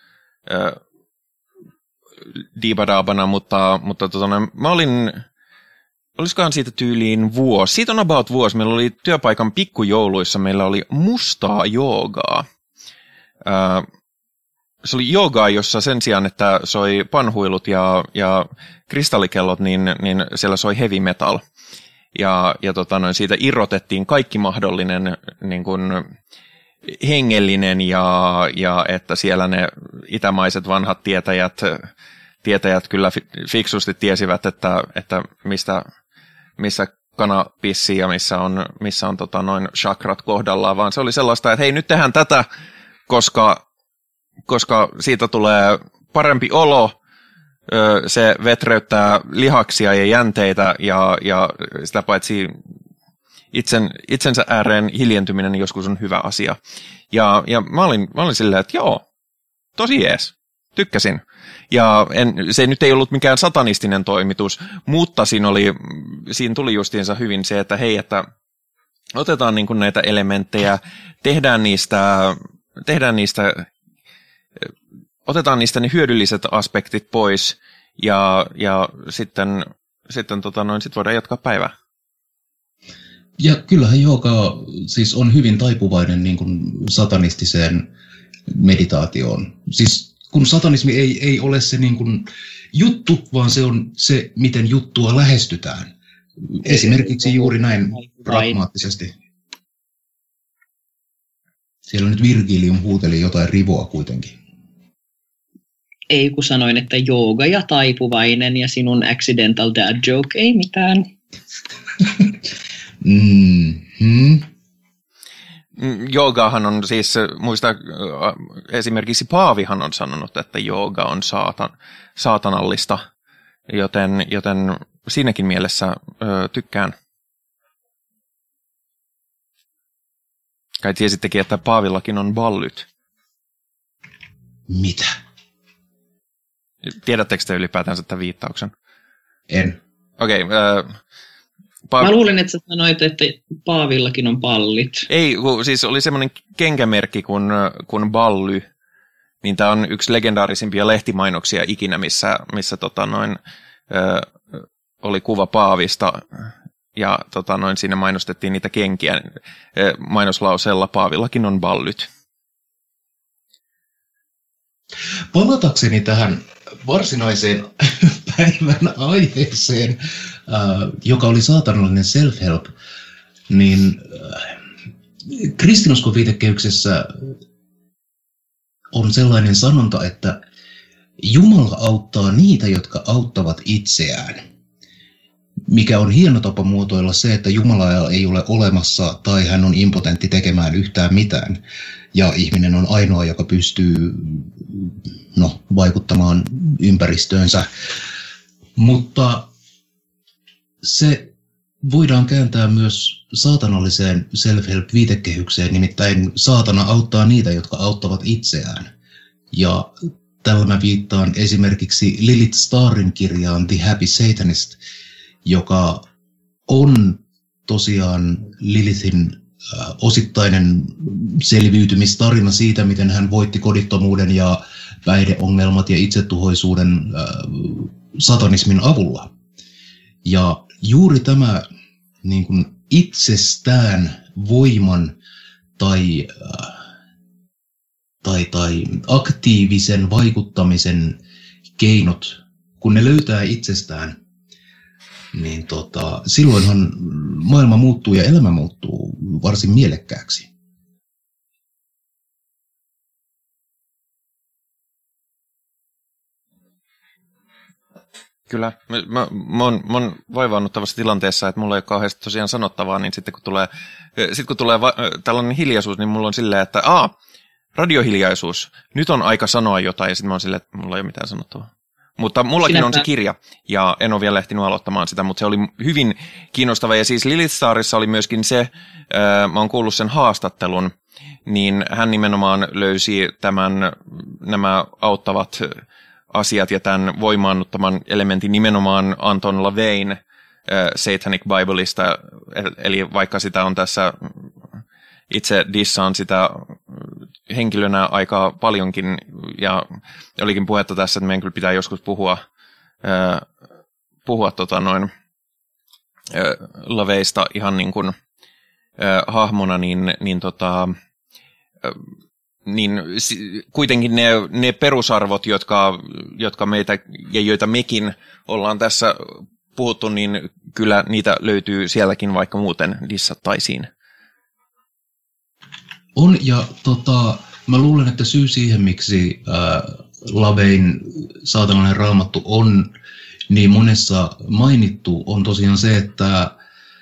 diibadaabana, mutta mä olisikohan siitä tyyliin vuosi, siitä on about vuosi, meillä oli työpaikan pikkujouluissa, meillä oli mustaa joogaa. Se oli joogaa, jossa sen sijaan, että soi panhuilut ja kristallikellot, niin siellä soi heavy metal. Ja siitä irrotettiin kaikki mahdollinen niin kuin hengellinen ja että siellä ne itämaiset vanhat tietäjät kyllä fiksusti tiesivät, että missä kana pissii ja missä on noin chakrat kohdallaan, vaan se oli sellaista, että hei, nyt tehdään tätä, koska siitä tulee parempi olo, se vetreyttää lihaksia ja jänteitä ja sitä paitsi itsensä ääreen hiljentyminen joskus on hyvä asia. Ja mä olin silleen, että joo, tosi jees, tykkäsin. Ja se nyt ei ollut mikään satanistinen toimitus, mutta siinä tuli justiinsa hyvin se, että hei, että otetaan niin kuin näitä elementtejä, otetaan niistä ne hyödylliset aspektit pois ja sitten sit voidaan jatkaa päivää. Ja kyllähän jooga siis on hyvin taipuvainen niin kuin satanistiseen meditaatioon. Siis kun satanismi ei ole se niin kuin juttu, vaan se on se, miten juttua lähestytään. Esimerkiksi juuri näin pragmaattisesti. Siellä nyt Virgilium huuteli jotain rivoa kuitenkin. Ei, kun sanoin, että jooga ja taipuvainen ja sinun accidental dad joke, ei mitään. Joogaahan on siis, muista esimerkiksi Paavihan on sanonut, että jooga on saatanallista, joten siinäkin mielessä tykkään. Kai tiesittekin, että Paavillakin on ballyt. Mitä? Tiedättekö te ylipäätänsä tämän viittauksen? En. Okei. Mä luulin, että sä sanoit, että Paavillakin on pallit. Ei, siis oli semmoinen kenkämerkki kuin Bally. Niin tämä on yksi legendaarisimpia lehtimainoksia ikinä, missä oli kuva Paavista ja siinä mainostettiin niitä kenkiä mainoslauseella Paavillakin on ballyt. Palatakseni tähän varsinaiseen päivän aiheeseen, joka oli saatanallinen self-help, niin kristinuskon viitekehyksessä on sellainen sanonta, että Jumala auttaa niitä, jotka auttavat itseään. Mikä on hieno tapa muotoilla se, että Jumala ei ole olemassa tai hän on impotentti tekemään yhtään mitään. Ja ihminen on ainoa, joka pystyy vaikuttamaan ympäristöönsä. Mutta se voidaan kääntää myös saatanalliseen self-help-viitekehykseen, nimittäin saatana auttaa niitä, jotka auttavat itseään. Ja tällä mä viittaan esimerkiksi Lilith Starrin kirjaan The Happy Satanist, joka on tosiaan Lilithin osittainen selviytymistarina siitä, miten hän voitti kodittomuuden ja päihdeongelmat ja itsetuhoisuuden satanismin avulla. Ja juuri tämä niin kuin itsestään voiman tai aktiivisen vaikuttamisen keinot, kun ne löytää itsestään, niin silloinhan maailma muuttuu ja elämä muuttuu varsin mielekkääksi. Kyllä. Mä oon vaivaannuttavassa tilanteessa, että mulla ei ole kauheasti tosiaan sanottavaa, niin sitten kun tulee tällainen hiljaisuus, niin mulla on silleen, että radiohiljaisuus, nyt on aika sanoa jotain, ja sitten mä oon silleen, että mulla ei ole mitään sanottavaa. Mutta mullakin on se kirja, ja en ole vielä ehtinyt aloittamaan sitä, mutta se oli hyvin kiinnostava. Ja siis Lilith Starrissa oli myöskin se, mä oon kuullut sen haastattelun, niin hän nimenomaan löysi nämä auttavat asiat ja tämän voimaannuttaman elementin nimenomaan Anton LaVeyn Satanic Bibleista, eli vaikka sitä on tässä, itse dissaan sitä henkilönä aika paljonkin, ja olikin puhetta tässä, että meidän kyllä pitää joskus puhua LaVeysta ihan niin kuin hahmona, niin kuitenkin ne perusarvot, jotka meitä ja joita mekin ollaan tässä puhuttu, niin kyllä niitä löytyy sielläkin, vaikka muuten dissattaisiin. On, ja mä luulen, että syy siihen, miksi LaVeyn saatanallinen raamattu on niin monessa mainittu, on tosiaan se, että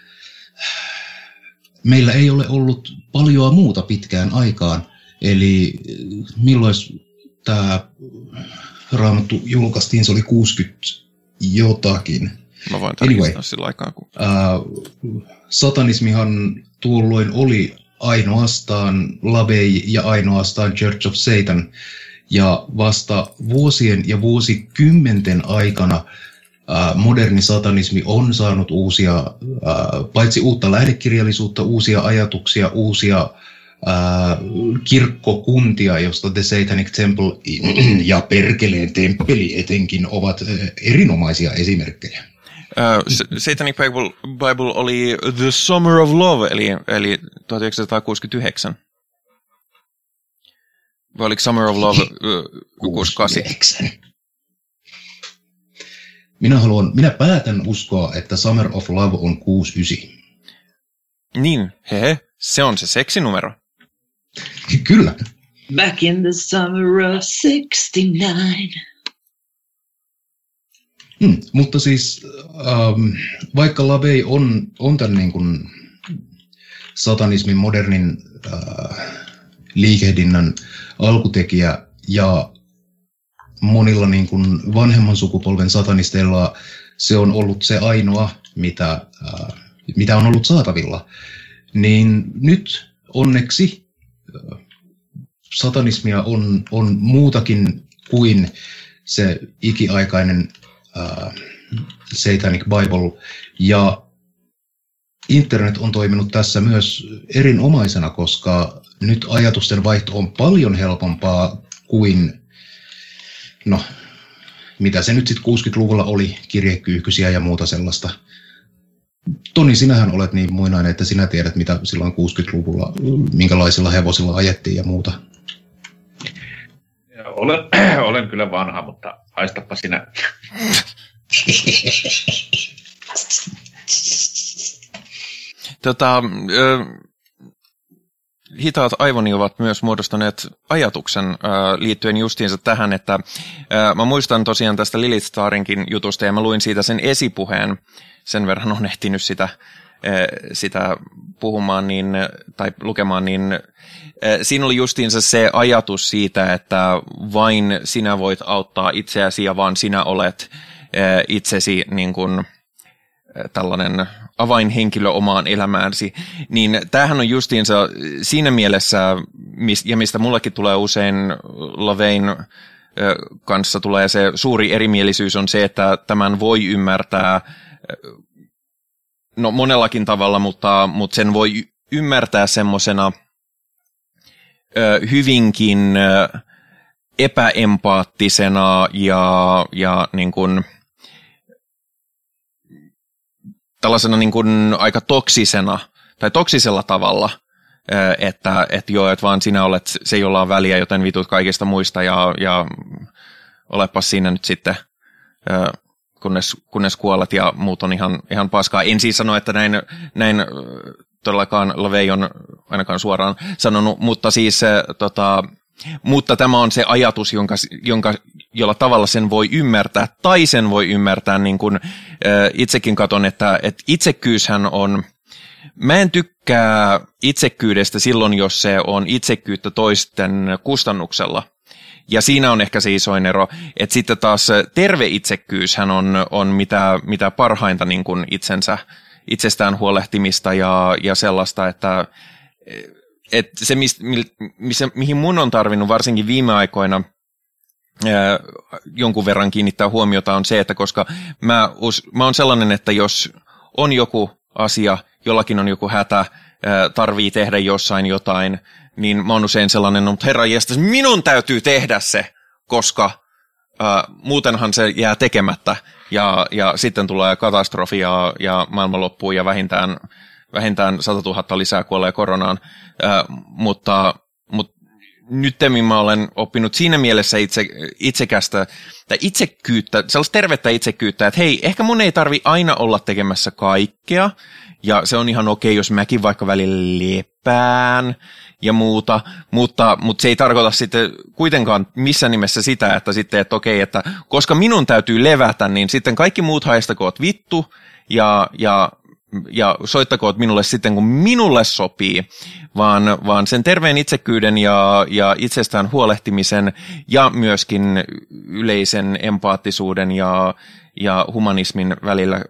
meillä ei ole ollut paljoa muuta pitkään aikaan. Eli milloin tämä raamattu julkaistiin, se oli 60 jotakin. Mä voin tarkistaa sillä aikaa. Satanismihan tuolloin oli ainoastaan LaVey ja ainoastaan Church of Satan. Ja vasta vuosien ja vuosikymmenten aikana moderni satanismi on saanut uusia, paitsi uutta lähdekirjallisuutta, uusia ajatuksia, uusia kirkkokuntia, josta The Satanic Temple ja Perkeleen temppeli etenkin ovat erinomaisia esimerkkejä. Satanic Bible oli The Summer of Love, eli 1969. Vai oliko Summer of Love 68? Minä päätän uskoa, että Summer of Love on 69. Niin, se on se seksinumero. Kyllä. Back in the summer of 69. Mutta siis, vaikka LaVey on tämän niin kuin satanismin modernin liikehdinnän alkutekijä ja monilla niin kuin vanhemman sukupolven satanisteilla se on ollut se ainoa, mitä on ollut saatavilla, niin nyt onneksi satanismia on muutakin kuin se ikiaikainen Satanic Bible, ja internet on toiminut tässä myös erinomaisena, koska nyt ajatusten vaihto on paljon helpompaa kuin, no, mitä se nyt sitten 60-luvulla oli, kirjekyyhkysiä ja muuta sellaista. Toni, sinähän olet niin muinainen, että sinä tiedät, mitä silloin 60-luvulla, minkälaisilla hevosilla ajettiin ja muuta. Olen kyllä vanha, mutta haistapa sinä. Hitaat aivoni ovat myös muodostaneet ajatuksen liittyen justiinsa tähän, että mä muistan tosiaan tästä Lilith Starinkin jutusta ja mä luin siitä sen esipuheen, sen verran on ehtinyt sitä puhumaan tai lukemaan, niin siinä oli justiinsa se ajatus siitä, että vain sinä voit auttaa itseäsi ja vaan sinä olet itsesi niin kuin tällainen avainhenkilö omaan elämääsi, niin tämähän on justiinsa siinä mielessä, ja mistä mullekin tulee usein Lavein kanssa tulee se suuri erimielisyys on se, että tämän voi ymmärtää no monellakin tavalla, mutta sen voi ymmärtää semmosena hyvinkin epäempaattisena ja niin kuin tällaisena niin kuin aika toksisena tai toksisella tavalla, että joo, että vaan sinä olet se, jolla on väliä, joten vitut kaikista muista ja olepas siinä nyt sitten, kunnes kuolet ja muut on ihan paskaa. En siis sano, että näin todellakaan LaVey on ainakaan suoraan sanonut, mutta siis mutta tämä on se ajatus, jolla tavalla sen voi ymmärtää, tai sen voi ymmärtää, niin kuin itsekin katon, että itsekkyyshän on, mä en tykkää itsekkyydestä silloin, jos se on itsekkyyttä toisten kustannuksella. Ja siinä on ehkä se isoin ero, että sitten taas terve itsekkyyshän on mitä parhainta niin kuin itsestään huolehtimista ja sellaista, että se, mihin mun on tarvinnut varsinkin viime aikoina jonkun verran kiinnittää huomiota on se, että koska mä oon sellainen, että jos on joku asia, jollakin on joku hätä, tarvii tehdä jossain jotain, niin mä oon usein sellainen, mutta herranjestas, minun täytyy tehdä se, koska muutenhan se jää tekemättä ja sitten tulee katastrofi ja maailma loppuu ja vähintään 100 000 lisää kuolee koronaan, mutta nyttemmin mä olen oppinut siinä mielessä itsekästä tai itsekkyyttä, sellaista tervettä itsekkyyttä, että hei, ehkä mun ei tarvi aina olla tekemässä kaikkea, ja se on ihan okei, jos mäkin vaikka välillä lepään ja muuta, mutta se ei tarkoita sitten kuitenkaan missään nimessä sitä, että sitten, että okei, että koska minun täytyy levätä, niin sitten kaikki muut haistakoot vittu, ja soittakoot minulle sitten, kun minulle sopii, vaan sen terveen itsekkyyden ja itsestään huolehtimisen ja myöskin yleisen empaattisuuden ja humanismin välillä.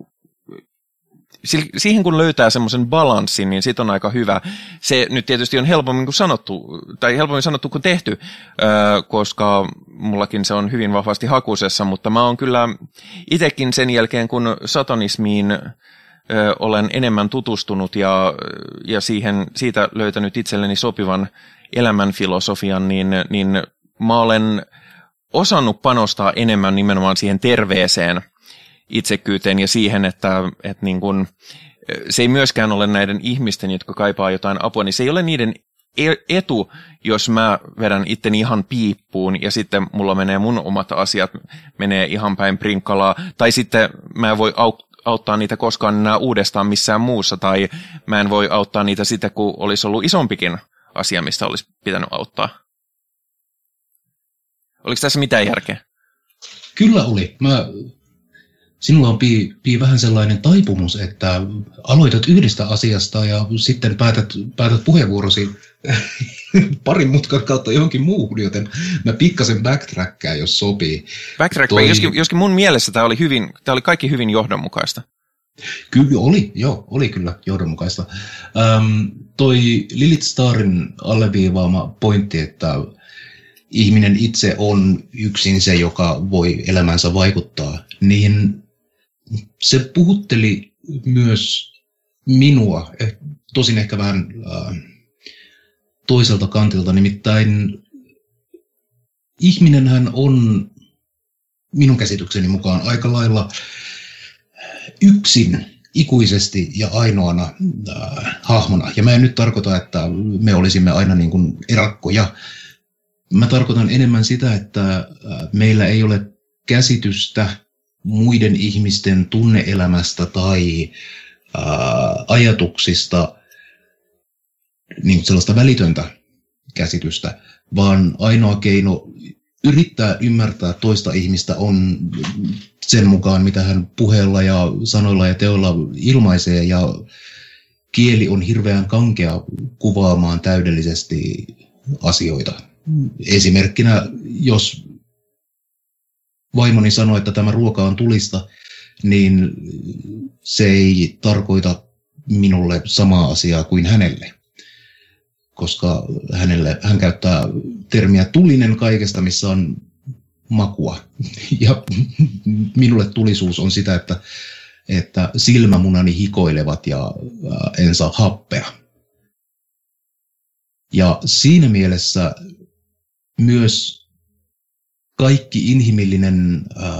Siihen kun löytää semmoisen balanssin, niin sit on aika hyvä. Se nyt tietysti on helpommin sanottu kuin tehty, koska mullakin se on hyvin vahvasti hakusessa, mutta mä oon kyllä itsekin sen jälkeen, kun satanismiin olen enemmän tutustunut ja siitä löytänyt itselleni sopivan elämänfilosofian, niin mä olen osannut panostaa enemmän nimenomaan siihen terveeseen itsekkyyteen ja siihen, että niin kun, se ei myöskään ole näiden ihmisten, jotka kaipaa jotain apua, niin se ei ole niiden etu, jos mä vedän itteni ihan piippuun ja sitten mulla menee mun omat asiat, menee ihan päin prinkkalaa, tai sitten mä en voi auttaa niitä koskaan enää uudestaan missään muussa, tai mä en voi auttaa niitä sitten, kun olisi ollut isompikin asia, mistä olisi pitänyt auttaa. Oliko tässä mitään järkeä? Kyllä oli. Sinulla on vähän sellainen taipumus, että aloitat yhdestä asiasta ja sitten päätät puheenvuorosi parin mutkan kautta johonkin muuhun, joten mä pikkasen backtrackkaan, jos sopii. Joskin mun mielessä tämä oli kaikki hyvin johdonmukaista. Kyllä oli kyllä johdonmukaista. Toi Lilith Starin alleviivaama pointti, että ihminen itse on yksin se, joka voi elämänsä vaikuttaa, niin se puhutteli myös minua, tosin ehkä vähän toiselta kantilta, nimittäin ihminenhän on minun käsitykseni mukaan aika lailla yksin ikuisesti ja ainoana hahmona. Ja mä en nyt tarkoita, että me olisimme aina niin kuin erakkoja. Mä tarkoitan enemmän sitä, että meillä ei ole käsitystä muiden ihmisten tunne-elämästä tai ajatuksista, niin kuin sellaista välitöntä käsitystä, vaan ainoa keino yrittää ymmärtää toista ihmistä on sen mukaan, mitä hän puheella ja sanoilla ja teoilla ilmaisee, ja kieli on hirveän kankea kuvaamaan täydellisesti asioita. Esimerkkinä, jos vaimoni sanoo, että tämä ruoka on tulista, niin se ei tarkoita minulle samaa asiaa kuin hänelle, koska hän käyttää termiä tulinen kaikesta, missä on makua. Ja minulle tulisuus on sitä, että silmämunani hikoilevat ja en saa happea. Ja siinä mielessä myös kaikki inhimillinen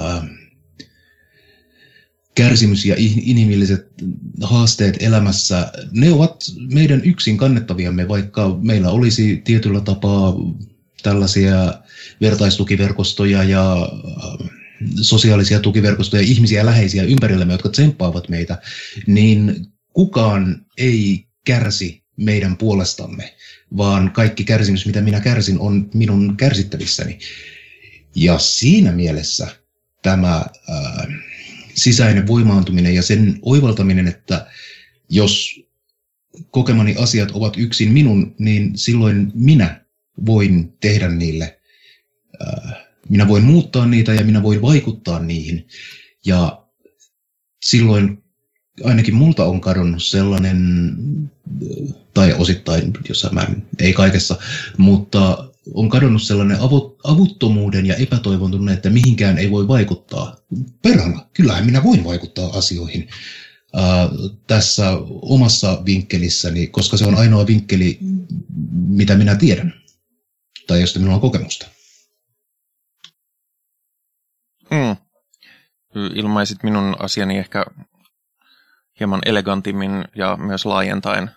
kärsimys ja inhimilliset haasteet elämässä, ne ovat meidän yksin kannettaviamme, vaikka meillä olisi tietyllä tapaa tällaisia vertaistukiverkostoja ja sosiaalisia tukiverkostoja, ihmisiä läheisiä ympärillämme, jotka tsemppaavat meitä, niin kukaan ei kärsi meidän puolestamme, vaan kaikki kärsimys, mitä minä kärsin, on minun kärsittävissäni. Ja siinä mielessä tämä sisäinen voimaantuminen ja sen oivaltaminen, että jos kokemani asiat ovat yksin minun, niin silloin minä voin tehdä niille. Minä voin muuttaa niitä ja minä voin vaikuttaa niihin. Ja silloin ainakin multa on kadonnut sellainen, tai osittain jossain määrin, ei kaikessa, mutta on kadonnut sellainen avuttomuuden ja epätoivon tunne, että mihinkään ei voi vaikuttaa. Perhana, kyllähän minä voin vaikuttaa asioihin tässä omassa vinkkelissäni, koska se on ainoa vinkkeli, mitä minä tiedän, tai josta minulla on kokemusta. Ilmaisit minun asiani ehkä hieman elegantimmin ja myös laajentaen.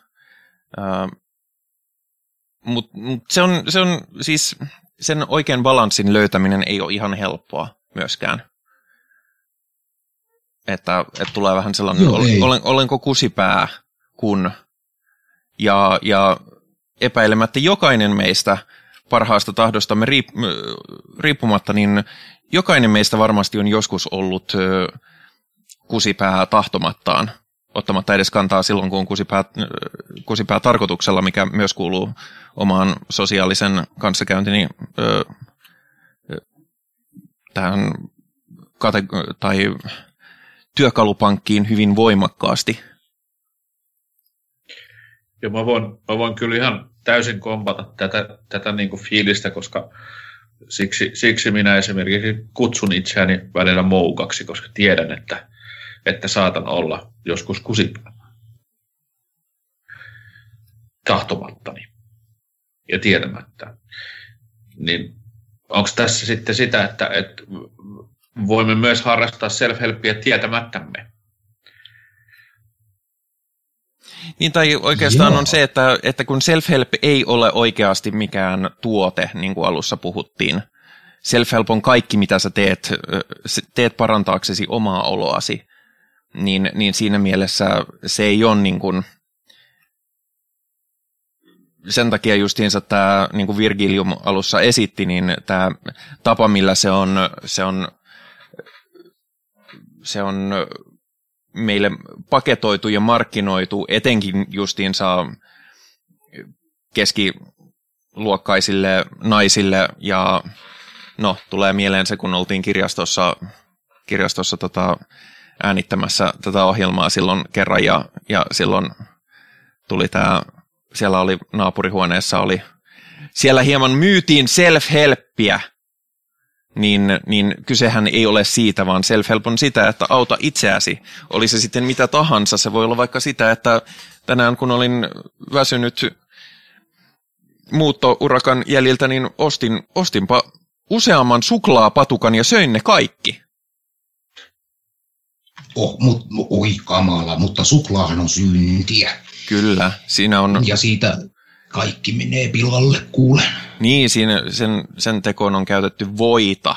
Mutta se on siis sen oikean balanssin löytäminen ei ole ihan helppoa myöskään. Että tulee vähän sellainen, olenko kusipää kun, ja epäilemättä jokainen meistä parhaasta tahdostamme riippumatta, niin jokainen meistä varmasti on joskus ollut kusipää tahtomattaan, ottamatta edes kantaa silloin, kun on kusipää tarkoituksella, mikä myös kuuluu omaan sosiaalisen kanssakäyntini tähän tai työkalupankkiin hyvin voimakkaasti. Joo, mä voin kyllä ihan täysin kompata tätä niin kuin fiilistä, koska siksi minä esimerkiksi kutsun itseäni välillä moukaksi, koska tiedän, että saatan olla joskus kusipää tahtomattani ja tietämättä. Niin onko tässä sitten sitä, että voimme myös harrastaa self-helppiä tietämättämme? Niin, tai oikeastaan on se, että kun self-help ei ole oikeasti mikään tuote, niin kuin alussa puhuttiin. Self-help on kaikki, mitä sä teet parantaaksesi omaa oloasi. Niin siinä mielessä se ei ole niin kuin, sen takia justiinsa tämä, niin kuin Virgilium alussa esitti, niin tämä tapa, millä se on meille paketoitu ja markkinoitu, etenkin justiinsa keskiluokkaisille naisille, ja no, tulee mieleen se, kun oltiin kirjastossa äänittämässä tätä ohjelmaa silloin kerran, ja silloin tuli siellä oli naapurihuoneessa, siellä hieman myytiin self-helppiä, niin kysehän ei ole siitä, vaan self-help on sitä, että auta itseäsi. Oli se sitten mitä tahansa, se voi olla vaikka sitä, että tänään kun olin väsynyt muuttourakan jäljiltä, niin ostinpa useamman suklaapatukan ja söin ne kaikki. Oi kamala, mutta suklaahan on syntiä. Kyllä, siinä on... Ja siitä kaikki menee pilalle, kuulen. Niin, sen tekoon on käytetty voita.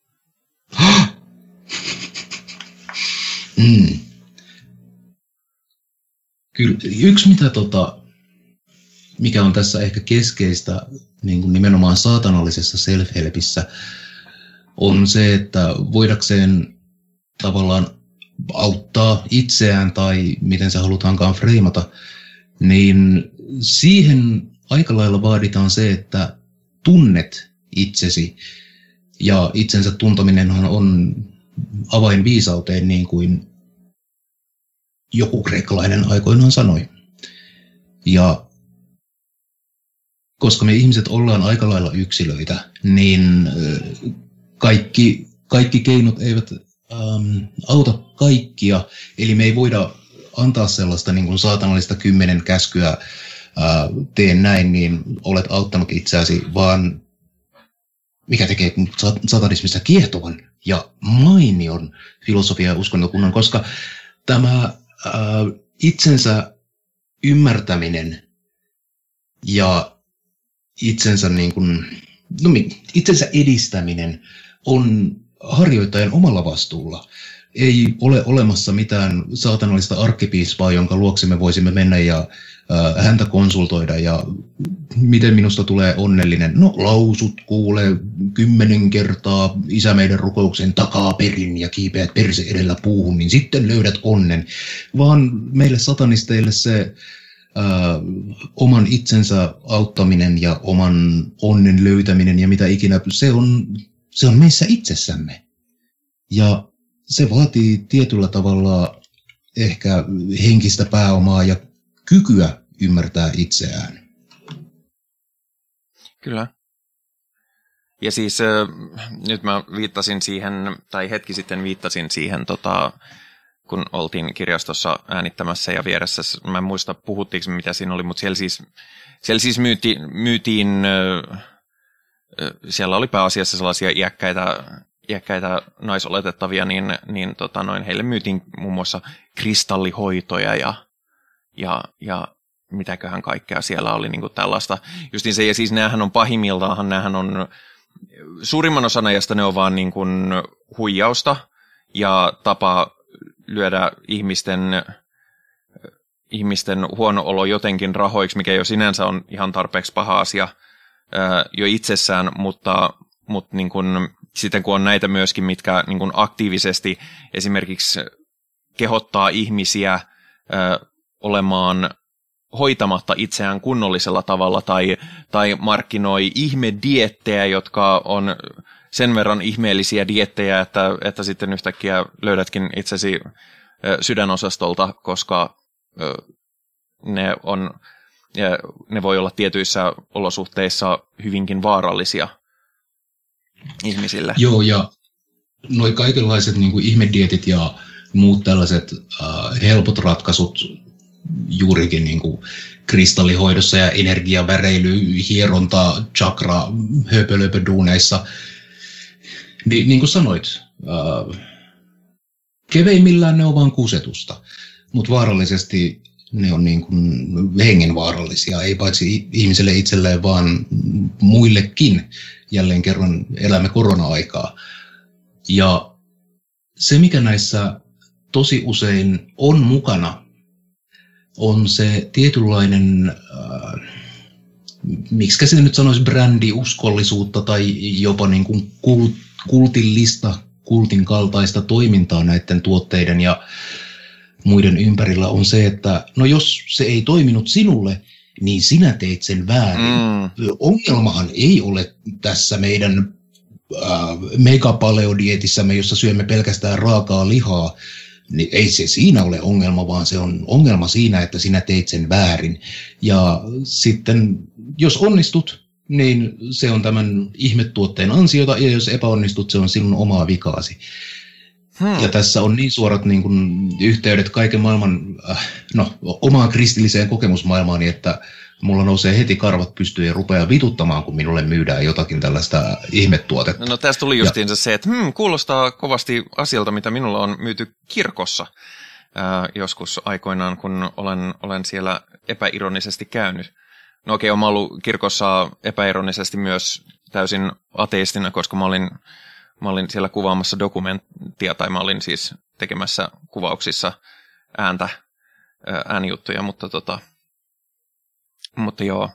Kyllä, yksi mikä on tässä ehkä keskeistä niin kuin nimenomaan saatanallisessa self-helpissä, on se, että voidakseen tavallaan auttaa itseään tai miten se halutaankaan freimata, niin siihen aika lailla vaaditaan se, että tunnet itsesi, ja itsensä tuntaminenhan on avain viisauteen, niin kuin joku kreikkalainen aikoinaan sanoi. Ja koska me ihmiset ollaan aika lailla yksilöitä, niin kaikki keinot eivät auta kaikkia, eli me ei voida antaa sellaista niin kuin saatanallista 10 käskyä, tee näin, niin olet auttanut itseäsi, vaan mikä tekee satanismista kiehtovan ja mainion filosofia- ja uskontokunnan, koska tämä itsensä ymmärtäminen ja itsensä, itsensä edistäminen on harjoittajan omalla vastuulla. Ei ole olemassa mitään saatanallista arkkipiispaa, jonka luokse me voisimme mennä ja häntä konsultoida ja miten minusta tulee onnellinen. No lausut kuule 10 kertaa isä meidän rukouksen takaa perin ja kiipeät perse edellä puuhun, niin sitten löydät onnen. Vaan meille satanisteille se oman itsensä auttaminen ja oman onnen löytäminen ja mitä ikinä, se on meissä itsessämme. Ja se vaatii tietyllä tavalla ehkä henkistä pääomaa ja kykyä ymmärtää itseään. Kyllä. Ja siis nyt mä viittasin siihen, tai hetki sitten viittasin siihen, kun oltiin kirjastossa äänittämässä ja vieressä, mä en muista puhuttiinko mitä siinä oli, mutta siellä siis myytiin, siellä oli pääasiassa sellaisia iäkkäitä naisoletettavia, niin heille myytiin muun muassa kristallihoitoja ja mitäköhän kaikkea siellä oli niin kuin tällaista. Justiin se, ja siis näähän on pahimmiltaan, suurimman osan ajasta ne on vaan niin kuin huijausta ja tapa lyödä ihmisten huono olo jotenkin rahoiksi, mikä jo sinänsä on ihan tarpeeksi paha asia jo itsessään, mutta niin kuin, sitten kun on näitä myöskin, mitkä niin kuin aktiivisesti esimerkiksi kehottaa ihmisiä olemaan hoitamatta itseään kunnollisella tavalla tai markkinoi ihmediettejä, jotka on sen verran ihmeellisiä diettejä, että sitten yhtäkkiä löydätkin itsesi sydänosastolta, koska ne voi olla tietyissä olosuhteissa hyvinkin vaarallisia ihmisille. Joo, ja noi kaikenlaiset niin kuin ihmedietit ja muut tällaiset helpot ratkaisut juurikin niin kuin kristallihoidossa ja energiaväreily, hieronta, chakra, höpölöpöduuneissa. Niin kuin sanoit, keveimmillään ne on vaan kusetusta, mutta vaarallisesti ne on niin kuin hengenvaarallisia, ei paitsi ihmiselle itselleen, vaan muillekin. Jälleen kerran elämme korona-aikaa. Ja se, mikä näissä tosi usein on mukana, on se tietynlainen, miksikä se nyt sanoisi, brändiuskollisuutta tai jopa niin kuin kultin kaltaista toimintaa näiden tuotteiden ja muiden ympärillä on se, että no jos se ei toiminut sinulle, niin sinä teit sen väärin. Ongelmahan ei ole tässä meidän megapaleodietissämme, jossa syömme pelkästään raakaa lihaa, niin ei se siinä ole ongelma, vaan se on ongelma siinä, että sinä teit sen väärin. Ja sitten, jos onnistut, niin se on tämän ihmetuotteen ansiota, ja jos epäonnistut, se on sinun omaa vikaasi. Ja tässä on niin suorat niin kuin, yhteydet kaiken maailman, omaan kristilliseen kokemusmaailmaani, että mulla nousee heti karvat pystyyn ja rupeaa vituttamaan, kun minulle myydään jotakin tällaista ihmetuotetta. No tässä tuli justiinsa se, että kuulostaa kovasti asialta, mitä minulla on myyty kirkossa joskus aikoinaan, kun olen siellä epäironisesti käynyt. No okei, olen ollut kirkossa epäironisesti myös täysin ateistina, koska mä olin siellä kuvaamassa dokumenttia, tai mä olin siis tekemässä kuvauksissa äänijuttuja, mutta joo.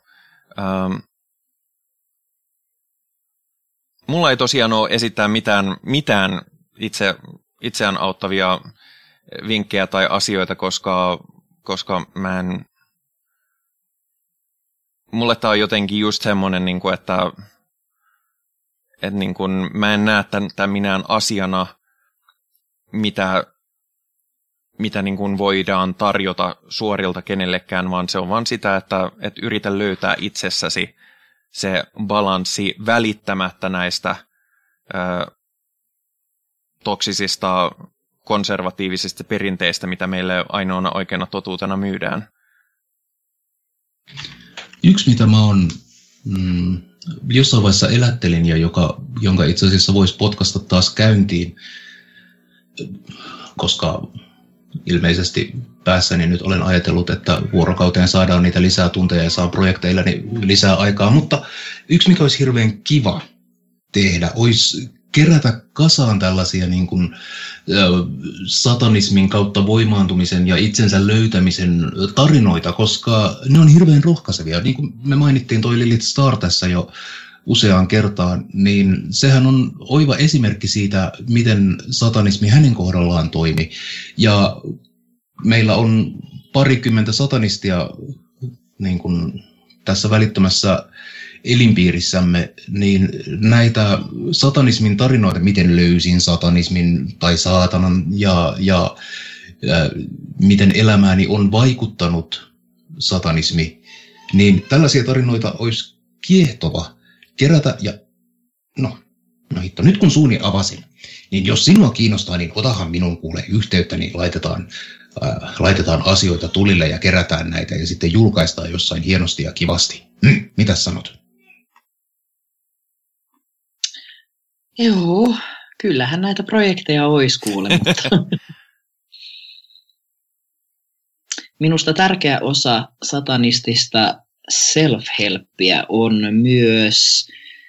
Mulla ei tosiaan ole esittää mitään itseään auttavia vinkkejä tai asioita, koska mulle tää on jotenkin just semmoinen, että mä en näe tätä minään asiana, mitä voidaan tarjota suorilta kenellekään, vaan se on vaan sitä, että yritä löytää itsessäsi se balanssi välittämättä näistä toksisista, konservatiivisista perinteistä, mitä meille ainoana oikeana totuutena myydään. Yksi, mitä mä oon jossain vaiheessa elättelin ja jonka itse asiassa voisi potkasta taas käyntiin, koska ilmeisesti päässäni nyt olen ajatellut, että vuorokauteen saadaan niitä lisää tunteja ja saa projekteillani lisää aikaa, mutta yksi, mikä olisi hirveän kiva tehdä, olisi kerätä kasaan tällaisia niin kuin, satanismin kautta voimaantumisen ja itsensä löytämisen tarinoita, koska ne on hirveän rohkaisevia. Niin kuin me mainittiin toi Lilith Star tässä jo useaan kertaan, niin sehän on oiva esimerkki siitä, miten satanismi hänen kohdallaan toimi. Ja meillä on 20 satanistia niin kuin tässä välittömässä elinpiirissämme, niin näitä satanismin tarinoita, miten löysin satanismin tai saatanan ja miten elämääni on vaikuttanut satanismi, niin tällaisia tarinoita olisi kiehtova kerätä ja no hitto, nyt kun suuni avasin, niin jos sinua kiinnostaa, niin otahan minun kuule yhteyttä, niin laitetaan asioita tulille ja kerätään näitä ja sitten julkaistaan jossain hienosti ja kivasti. Mitäs sanot? Joo, kyllähän näitä projekteja olisi kuule, mutta minusta tärkeä osa satanistista self-helppiä on myös,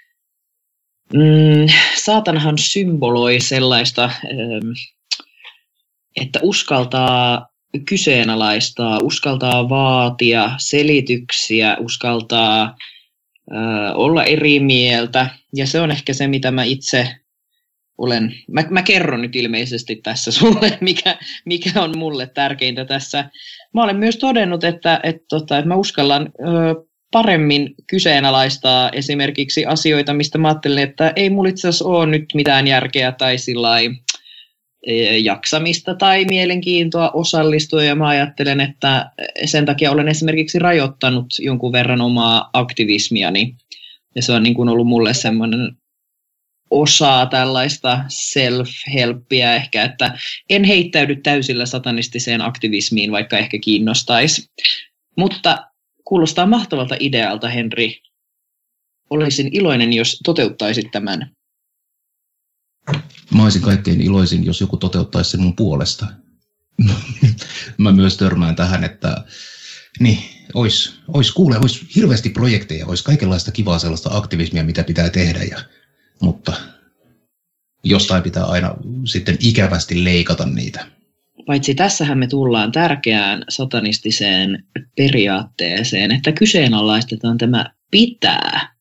saatanhan symboloi sellaista, että uskaltaa kyseenalaistaa, uskaltaa vaatia selityksiä, uskaltaa olla eri mieltä. Ja se on ehkä se, mitä mä itse olen. Mä kerron nyt ilmeisesti tässä sulle, mikä on mulle tärkeintä tässä. Mä olen myös todennut, että mä uskallan paremmin kyseenalaistaa esimerkiksi asioita, mistä mä ajattelin, että ei mulla itse asiassa ole nyt mitään järkeä tai sillai jaksamista tai mielenkiintoa osallistua, ja mä ajattelen, että sen takia olen esimerkiksi rajoittanut jonkun verran omaa aktivismiani, ja se on niin kuin ollut mulle semmoinen osa tällaista self-helppiä ehkä, että en heittäydy täysillä satanistiseen aktivismiin, vaikka ehkä kiinnostaisi. Mutta kuulostaa mahtavalta idealta, Henri. Olisin iloinen, jos toteuttaisit tämän. Mä olisin kaikkein iloisin, jos joku toteuttaisi sen mun puolesta. Mä myös törmään tähän, että niin, olisi hirveästi projekteja, olisi kaikenlaista kivaa sellaista aktivismia, mitä pitää tehdä, mutta jostain pitää aina sitten ikävästi leikata niitä. Paitsi tässähän me tullaan tärkeään satanistiseen periaatteeseen, että kyseenalaistetaan tämä pitää.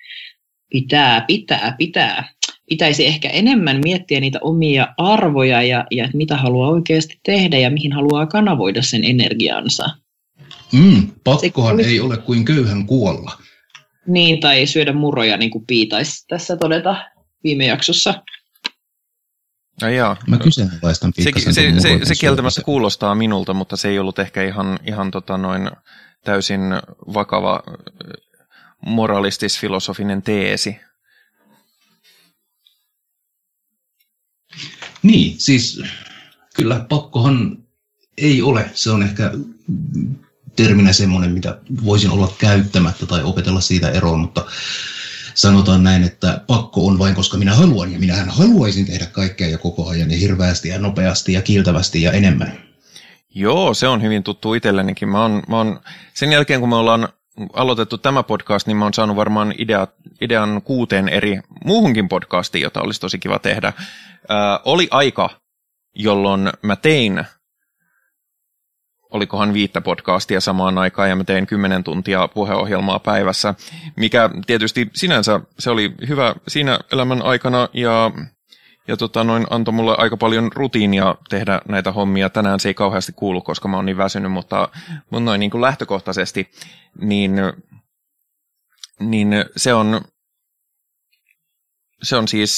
Pitäisi ehkä enemmän miettiä niitä omia arvoja ja mitä haluaa oikeasti tehdä ja mihin haluaa kanavoida sen energiansa. Pakkohan ei ole kuin köyhän kuolla. Niin, tai syödä muroja, niin kuin piitaisi tässä todeta viime jaksossa. No joo. Mä kyseenalaistan pikkasen. Se kieltämättä kuulostaa minulta, mutta se ei ollut ehkä ihan täysin vakava moralistis-filosofinen teesi. Niin, siis kyllä pakkohan ei ole. Se on ehkä terminä semmoinen, mitä voisin olla käyttämättä tai opetella siitä eroon, mutta sanotaan näin, että pakko on vain, koska minä haluan, ja minähän haluaisin tehdä kaikkea ja koko ajan ja hirveästi ja nopeasti ja kiiltävästi ja enemmän. Joo, se on hyvin tuttu itsellenikin. Mä oon, sen jälkeen, kun me ollaan aloitettu tämä podcast, niin mä oon saanut varmaan idean 6 eri muuhunkin podcastiin, jota olisi tosi kiva tehdä. Oli aika, jolloin mä tein, olikohan 5 podcastia samaan aikaan, ja mä tein 10 tuntia puheohjelmaa päivässä, mikä tietysti sinänsä se oli hyvä siinä elämän aikana, ja antoi mulle aika paljon rutiinia tehdä näitä hommia. Tänään se ei kauheasti kuulu, koska mä oon niin väsynyt, mutta noin niin kuin lähtökohtaisesti, niin se on siis,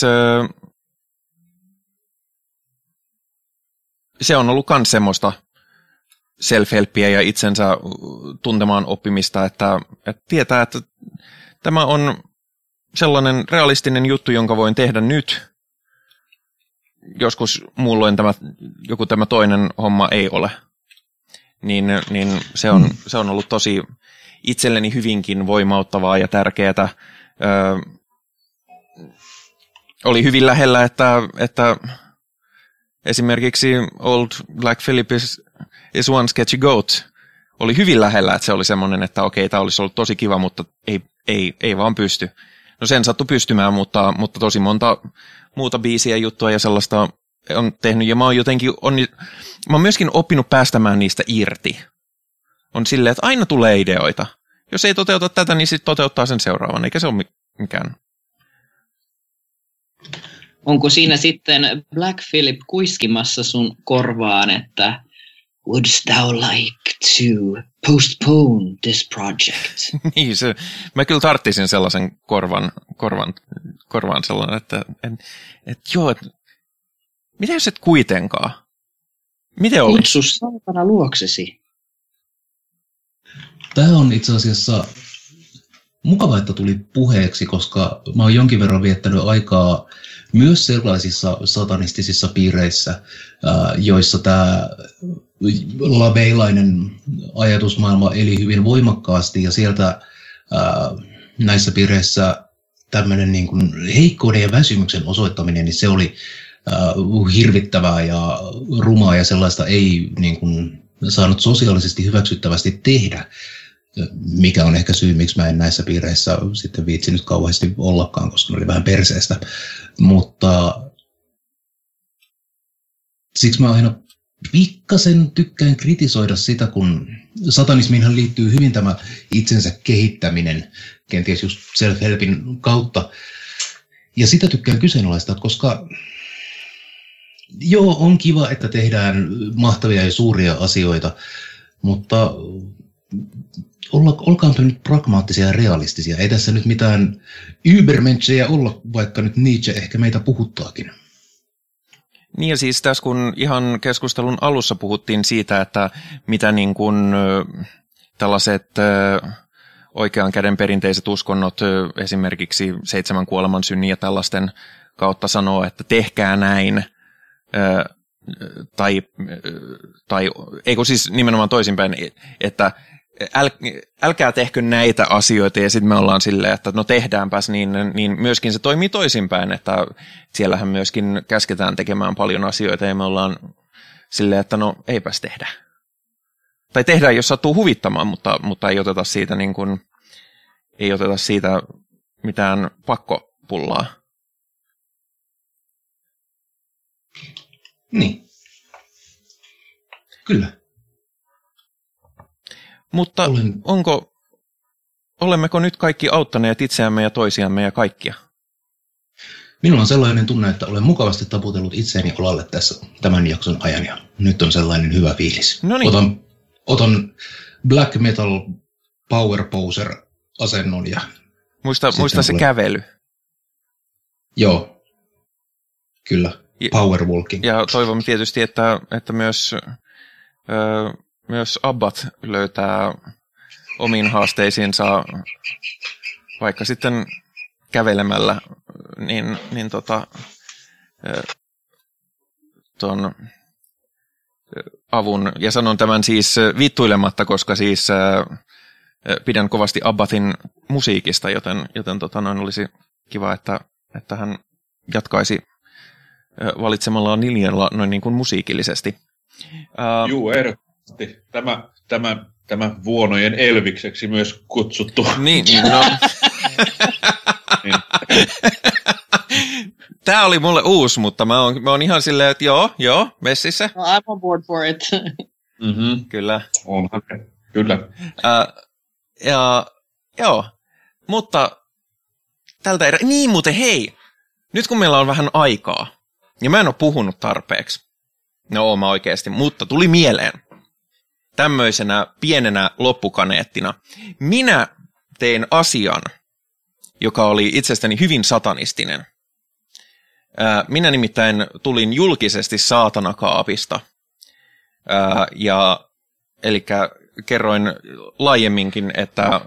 se on ollut myös semmoista self-helppiä ja itsensä tuntemaan oppimista, että tietää, että tämä on sellainen realistinen juttu, jonka voin tehdä nyt. Joskus muulloin tämä toinen homma ei ole. Niin se on ollut tosi itselleni hyvinkin voimauttavaa ja tärkeää. Oli hyvin lähellä, että esimerkiksi Old Black Phillip is one sketchy goat oli hyvin lähellä, että se oli semmoinen, että okei, tämä olisi ollut tosi kiva, mutta ei vaan pysty. No sen sattui pystymään, mutta tosi monta muuta biisiä, juttua ja sellaista on tehnyt, ja mä oon myöskin oppinut päästämään niistä irti. On silleen, että aina tulee ideoita. Jos ei toteuta tätä, niin sitten toteuttaa sen seuraavan, eikä se ole mikään. Onko siinä sitten Black Phillip kuiskimassa sun korvaan, että wouldst thou like to postpone this project? Niin, mä kyllä tarttisin sellaisen korvaan sellainen, että joo, mitä jos et kuitenkaan? Miten oli? Kutsu saatana luoksesi. Tämä on itse asiassa mukava, että tuli puheeksi, koska mä oon jonkin verran viettänyt aikaa myös sellaisissa satanistisissa piireissä, joissa tämä labeilainen ajatusmaailma eli hyvin voimakkaasti, ja sieltä näissä piireissä tämmöinen niin kuin heikkouden ja väsymyksen osoittaminen, niin se oli hirvittävää ja rumaa, ja sellaista ei niin kuin saanut sosiaalisesti hyväksyttävästi tehdä, mikä on ehkä syy, miksi mä en näissä piireissä sitten viitsinyt kauheasti ollakaan, koska ne oli vähän perseestä. Mutta siksi mä aina pikkasen tykkään kritisoida sitä, kun satanismiinhan liittyy hyvin tämä itsensä kehittäminen, kenties just self-helpin kautta. Ja sitä tykkään kyseenalaistaa, koska joo, on kiva, että tehdään mahtavia ja suuria asioita, mutta olkaanpa nyt pragmaattisia ja realistisia. Ei tässä nyt mitään übermenschejä olla, vaikka nyt Nietzsche ehkä meitä puhuttaakin. Niin ja siis tässä kun ihan keskustelun alussa puhuttiin siitä, että mitä niin kuin tällaiset oikean käden perinteiset uskonnot, esimerkiksi 7 kuolemansynnin ja tällaisten kautta sanoo, että tehkää näin, tai eikö siis nimenomaan toisinpäin, että älkää tehkö näitä asioita, ja sitten me ollaan silleen, että no tehdäänpäs, niin myöskin se toimii toisinpäin, että siellähän myöskin käsketään tekemään paljon asioita, ja me ollaan silleen, että no eipäs tehdä. Tai tehdään, jos sattuu huvittamaan, mutta ei oteta siitä niin kuin, ei oteta siitä mitään pakkopullaa. Niin. Kyllä. Mutta olemmeko nyt kaikki auttaneet itseämme ja toisiamme ja kaikkia? Minulla on sellainen tunne, että olen mukavasti taputellut itseäni olalle tässä tämän jakson ajan, ja nyt on sellainen hyvä fiilis. Noniin. Otan black metal power poser asennon ja muista se kävely. Joo, kyllä. Power walking. Ja toivon tietysti, että myös abbat löytää omiin haasteisiinsa vaikka sitten kävelemällä, niin tuon avun, ja sanon tämän siis vittuilematta, koska siis pidän kovasti Abbathin musiikista, joten olisi kiva, että hän jatkaisi valitsemallaan linjalla noin niin kuin musiikillisesti. Juu, ehdottomasti. Tämä vuonojen Elvikseksi myös kutsuttu. Niin, no. Tämä oli mulle uusi, mutta mä oon ihan silleen, että joo, messissä. No, I'm on board for it. Mm-hmm. Kyllä. Onhan, kyllä. Joo, mutta tältä erää. Niin muuten, hei, nyt kun meillä on vähän aikaa, ja mä en ole puhunut tarpeeksi, no mä oikeasti, mutta tuli mieleen tämmöisenä pienenä loppukaneettina. Minä tein asian, joka oli itsestäni hyvin satanistinen. Minä nimittäin tulin julkisesti saatanakaapista. Eli kerroin laajemminkin, että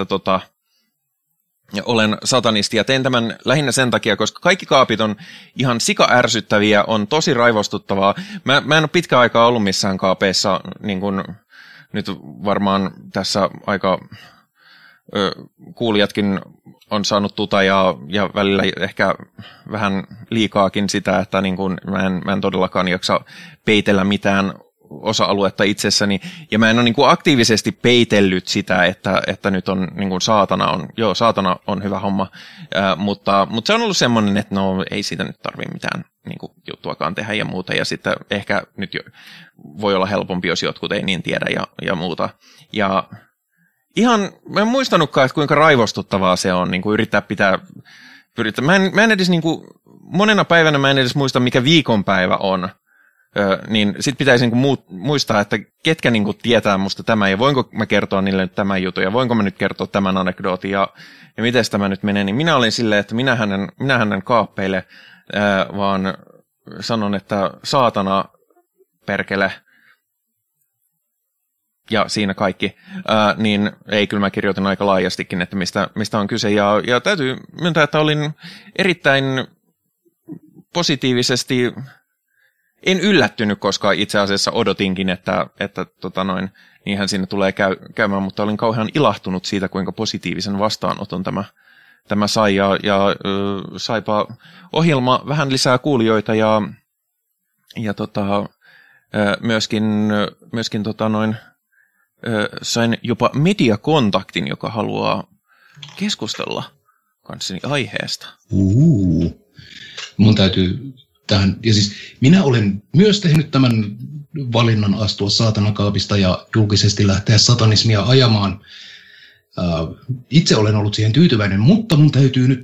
olen satanisti ja tein tämän lähinnä sen takia, koska kaikki kaapit on ihan sika-ärsyttäviä, on tosi raivostuttavaa. Mä en ole pitkä aikaa ollut missään kaapeissa, niin kuin nyt varmaan tässä aika kuulijatkin on saanut tuta ja välillä ehkä vähän liikaakin sitä, että niin kuin mä en todellakaan jaksa peitellä mitään osa-aluetta itsessäni, ja mä en ole niin kuin aktiivisesti peitellyt sitä, että nyt on niin kuin saatana on hyvä homma, mutta se on ollut semmoinen, että no ei siitä nyt tarvitse mitään niin kuin juttuakaan tehdä ja muuta, ja sitten ehkä nyt voi olla helpompi, jos jotkut ei niin tiedä ja muuta, ja ihan, mä en muistanutkaan, että kuinka raivostuttavaa se on niin kuin yrittää. Mä en edes niin kuin, monena päivänä mä en edes muista, mikä viikonpäivä on, niin sit pitäisi niin kuin muistaa, että ketkä niin kuin tietää musta tämän, ja voinko mä kertoa niille nyt tämän jutun, ja voinko mä nyt kertoa tämän anekdootin, ja miten tämä nyt menee, niin minä olin silleen, että minä hänen kaappeille, vaan sanon, että saatana perkele, ja siinä kaikki, niin ei, kyllä mä kirjoitin aika laajastikin, että mistä on kyse, ja täytyy myöntää, että olin erittäin positiivisesti, en yllättynyt, koska itse asiassa odotinkin, että niinhän siinä tulee käymään, mutta olin kauhean ilahtunut siitä, kuinka positiivisen vastaanoton tämä sai, ja saipa ohjelma vähän lisää kuulijoita, ja myöskin sain jopa mediakontaktin, joka haluaa keskustella kanssani aiheesta. Mun täytyy tähän, ja siis minä olen myös tehnyt tämän valinnan astua saatanakaapista ja julkisesti lähteä satanismia ajamaan. Itse olen ollut siihen tyytyväinen, mutta mun täytyy nyt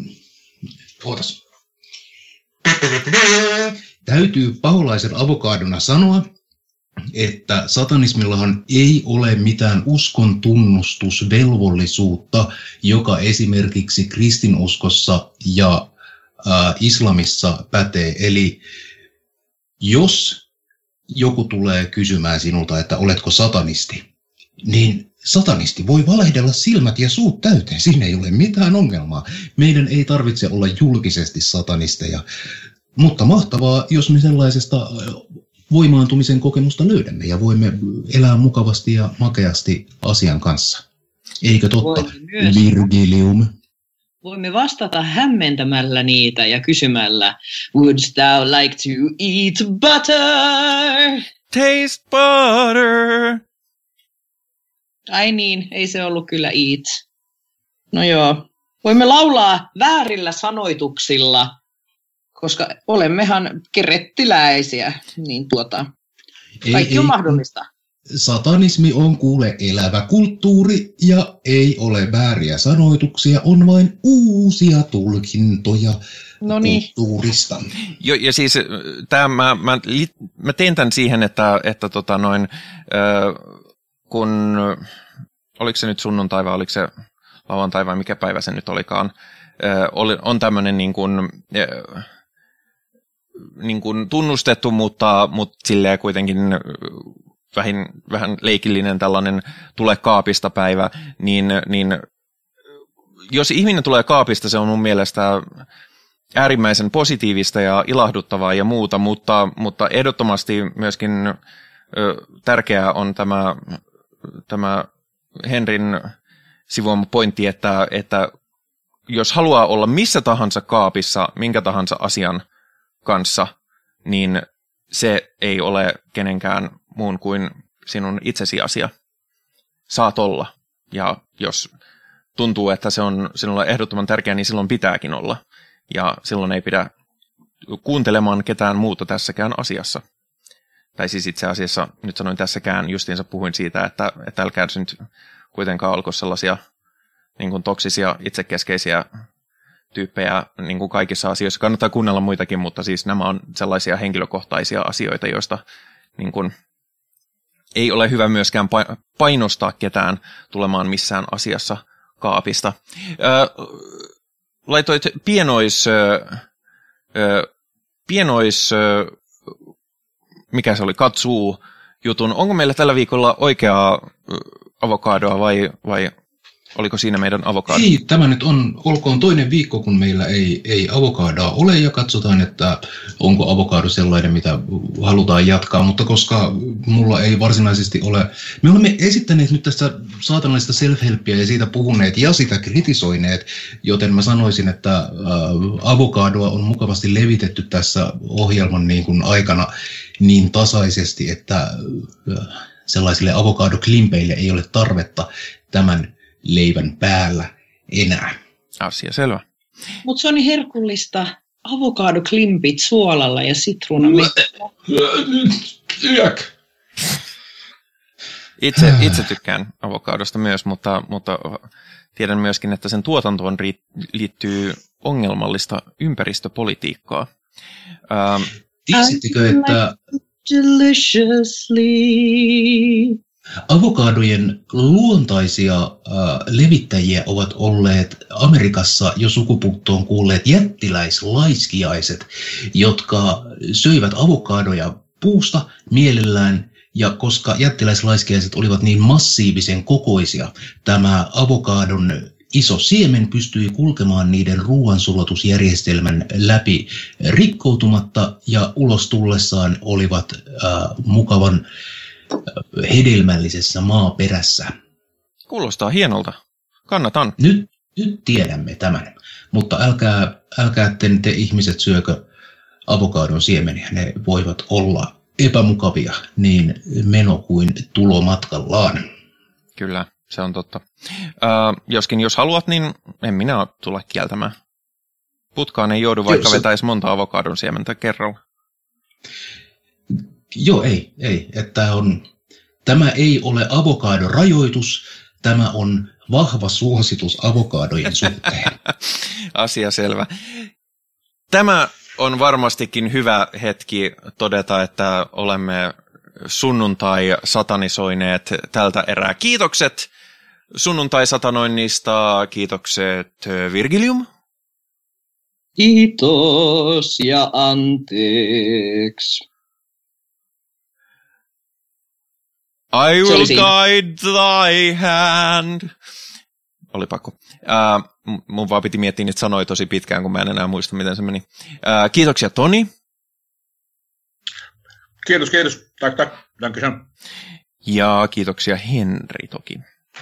täytyy paholaisen avokaadona sanoa, että satanismillahan ei ole mitään uskon tunnustusvelvollisuutta, joka esimerkiksi kristinuskossa ja islamissa pätee. Eli jos joku tulee kysymään sinulta, että oletko satanisti, niin satanisti voi valehdella silmät ja suut täyteen. Siinä ei ole mitään ongelmaa. Meidän ei tarvitse olla julkisesti satanisteja, mutta mahtavaa, jos me sellaisesta voimaantumisen kokemusta löydämme ja voimme elää mukavasti ja makeasti asian kanssa. Eikö totta, Virgilium? Voimme vastata hämmentämällä niitä ja kysymällä, Wouldst thou like to eat butter? Taste butter. Ai niin, ei se ollut kyllä eat. No joo, voimme laulaa väärillä sanoituksilla, koska olemmehan kerettiläisiä, niin kaikki on mahdollista. Satanismi on kuule elävä kulttuuri ja ei ole vääriä sanoituksia, on vain uusia tulkintoja kulttuurista. Jo, ja siis mä teen tämän siihen, että kun oliko se nyt sunnuntai vai oliko se lauantai vai mikä päivä se nyt olikaan, on tämmöinen niin kuin tunnustettu, mutta silleen kuitenkin vähän leikillinen tällainen tule kaapista päivä, niin jos ihminen tulee kaapista, se on mun mielestä äärimmäisen positiivista ja ilahduttavaa ja muuta, mutta ehdottomasti myöskin tärkeää on tämä Henrin sivuama pointti, että jos haluaa olla missä tahansa kaapissa, minkä tahansa asian kanssa, niin se ei ole kenenkään muun kuin sinun itsesi asia. Saat olla. Ja jos tuntuu, että se on sinulle ehdottoman tärkeää, niin silloin pitääkin olla. Ja silloin ei pidä kuuntelemaan ketään muuta tässäkään asiassa. Tai siis itse asiassa, nyt sanoin tässäkään, justiinsa puhuin siitä, että älkää nyt kuitenkaan olko sellaisia niin kuin toksisia, itsekeskeisiä tyyppejä niin kuin kaikissa asioissa. Kannattaa kuunnella muitakin, mutta siis nämä on sellaisia henkilökohtaisia asioita, joista niin kuin ei ole hyvä myöskään painostaa ketään tulemaan missään asiassa kaapista. Laitoit pienois mikä se oli, katsuu jutun. Onko meillä tällä viikolla oikeaa avokadoa vai oliko siinä meidän avokado? Ei, tämä nyt olkoon toinen viikko, kun meillä ei avokadoa ole ja katsotaan, että onko avokado sellainen, mitä halutaan jatkaa, mutta koska mulla ei varsinaisesti ole, me olemme esittäneet nyt tästä saatanallista self-helppiä ja siitä puhuneet ja sitä kritisoineet, joten mä sanoisin, että avokadoa on mukavasti levitetty tässä ohjelman niin kuin aikana niin tasaisesti, että sellaisille avokadoklimpeille ei ole tarvetta tämän leivän päällä enää. Asia selvä. Mutta se on niin herkullista. Avokadoklimpit suolalla ja sitruunamehua. Itse tykkään avokadosta myös, mutta tiedän myöskin, että sen tuotantoon liittyy ongelmallista ympäristöpolitiikkaa. Tiesittekö, että Deliciously. Avokadojen luontaisia levittäjiä ovat olleet Amerikassa jo sukupuuttoon kuulleet jättiläislaiskiaiset, jotka söivät avokadoja puusta mielellään, ja koska jättiläislaiskiaiset olivat niin massiivisen kokoisia, tämä avokadon iso siemen pystyi kulkemaan niiden ruoansulatusjärjestelmän läpi rikkoutumatta, ja ulos tullessaan olivat mukavan hedelmällisessä maaperässä. Kuulostaa hienolta. Kannatan. Nyt tiedämme tämän, mutta älkää te ihmiset syökö avokadon siemeniä. Ne voivat olla epämukavia niin meno kuin tulomatkallaan. Kyllä, se on totta. Jos haluat, niin en minä tule kieltämään. Putkaan ei joudu, vaikka vetäisi monta avokadon siementä kerralla. Joo, ei. Että tämä ei ole avokadorajoitus, tämä on vahva suositus avokadojen suhteen. Asia selvä. Tämä on varmastikin hyvä hetki todeta, että olemme sunnuntai-satanisoineet tältä erää. Kiitokset sunnuntai-satanoinnista, kiitokset Virgilium. Kiitos ja anteeksi. I will guide thy hand. Oli pakko. Mun vaan piti miettiä niitä sanoja tosi pitkään, kun mä en enää muista, miten se meni. Kiitoksia Toni. Kiitos. Tack. Dankeschön. Ja kiitoksia Henri toki.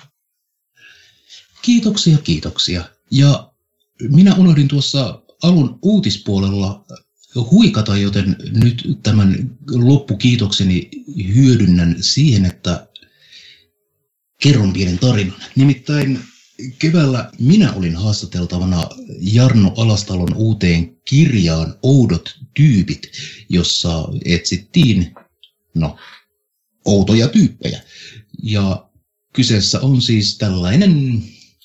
Kiitoksia. Ja minä unohdin tuossa alun uutispuolella huikata, joten nyt tämän loppukiitokseni hyödynnän siihen, että kerron pienen tarinan. Nimittäin keväällä minä olin haastateltavana Jarno Alastalon uuteen kirjaan Oudot tyypit, jossa etsittiin, outoja tyyppejä. Ja kyseessä on siis tällainen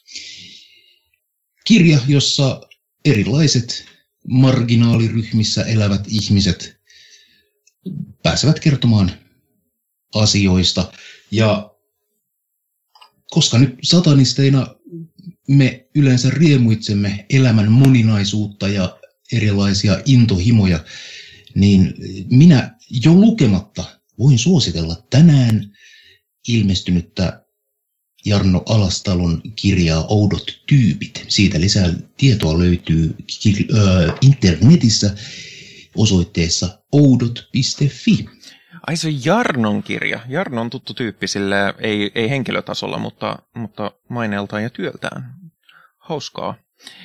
kirja, jossa erilaiset marginaaliryhmissä elävät ihmiset pääsevät kertomaan asioista. Ja koska nyt satanisteina me yleensä riemuitsemme elämän moninaisuutta ja erilaisia intohimoja, niin minä jo lukematta voin suositella tänään ilmestynyttä Jarno Alastalon kirjaa Oudot tyypit. Siitä lisää tietoa löytyy internetissä osoitteessa oudot.fi. Ai se on Jarnon kirja. Jarno on tuttu tyyppi, sille ei henkilötasolla, mutta maineeltaan ja työltään. Hauskaa.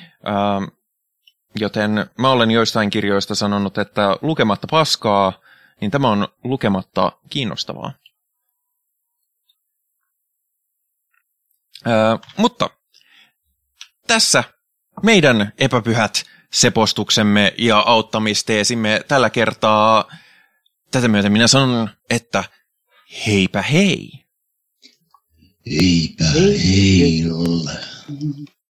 Joten mä olen joistain kirjoista sanonut, että lukematta paskaa, niin tämä on lukematta kiinnostavaa. Mutta tässä meidän epäpyhät sepostuksemme ja auttamisteesimme tällä kertaa. Tätä myöten minä sanon, että heipä hei. Heipä heillä.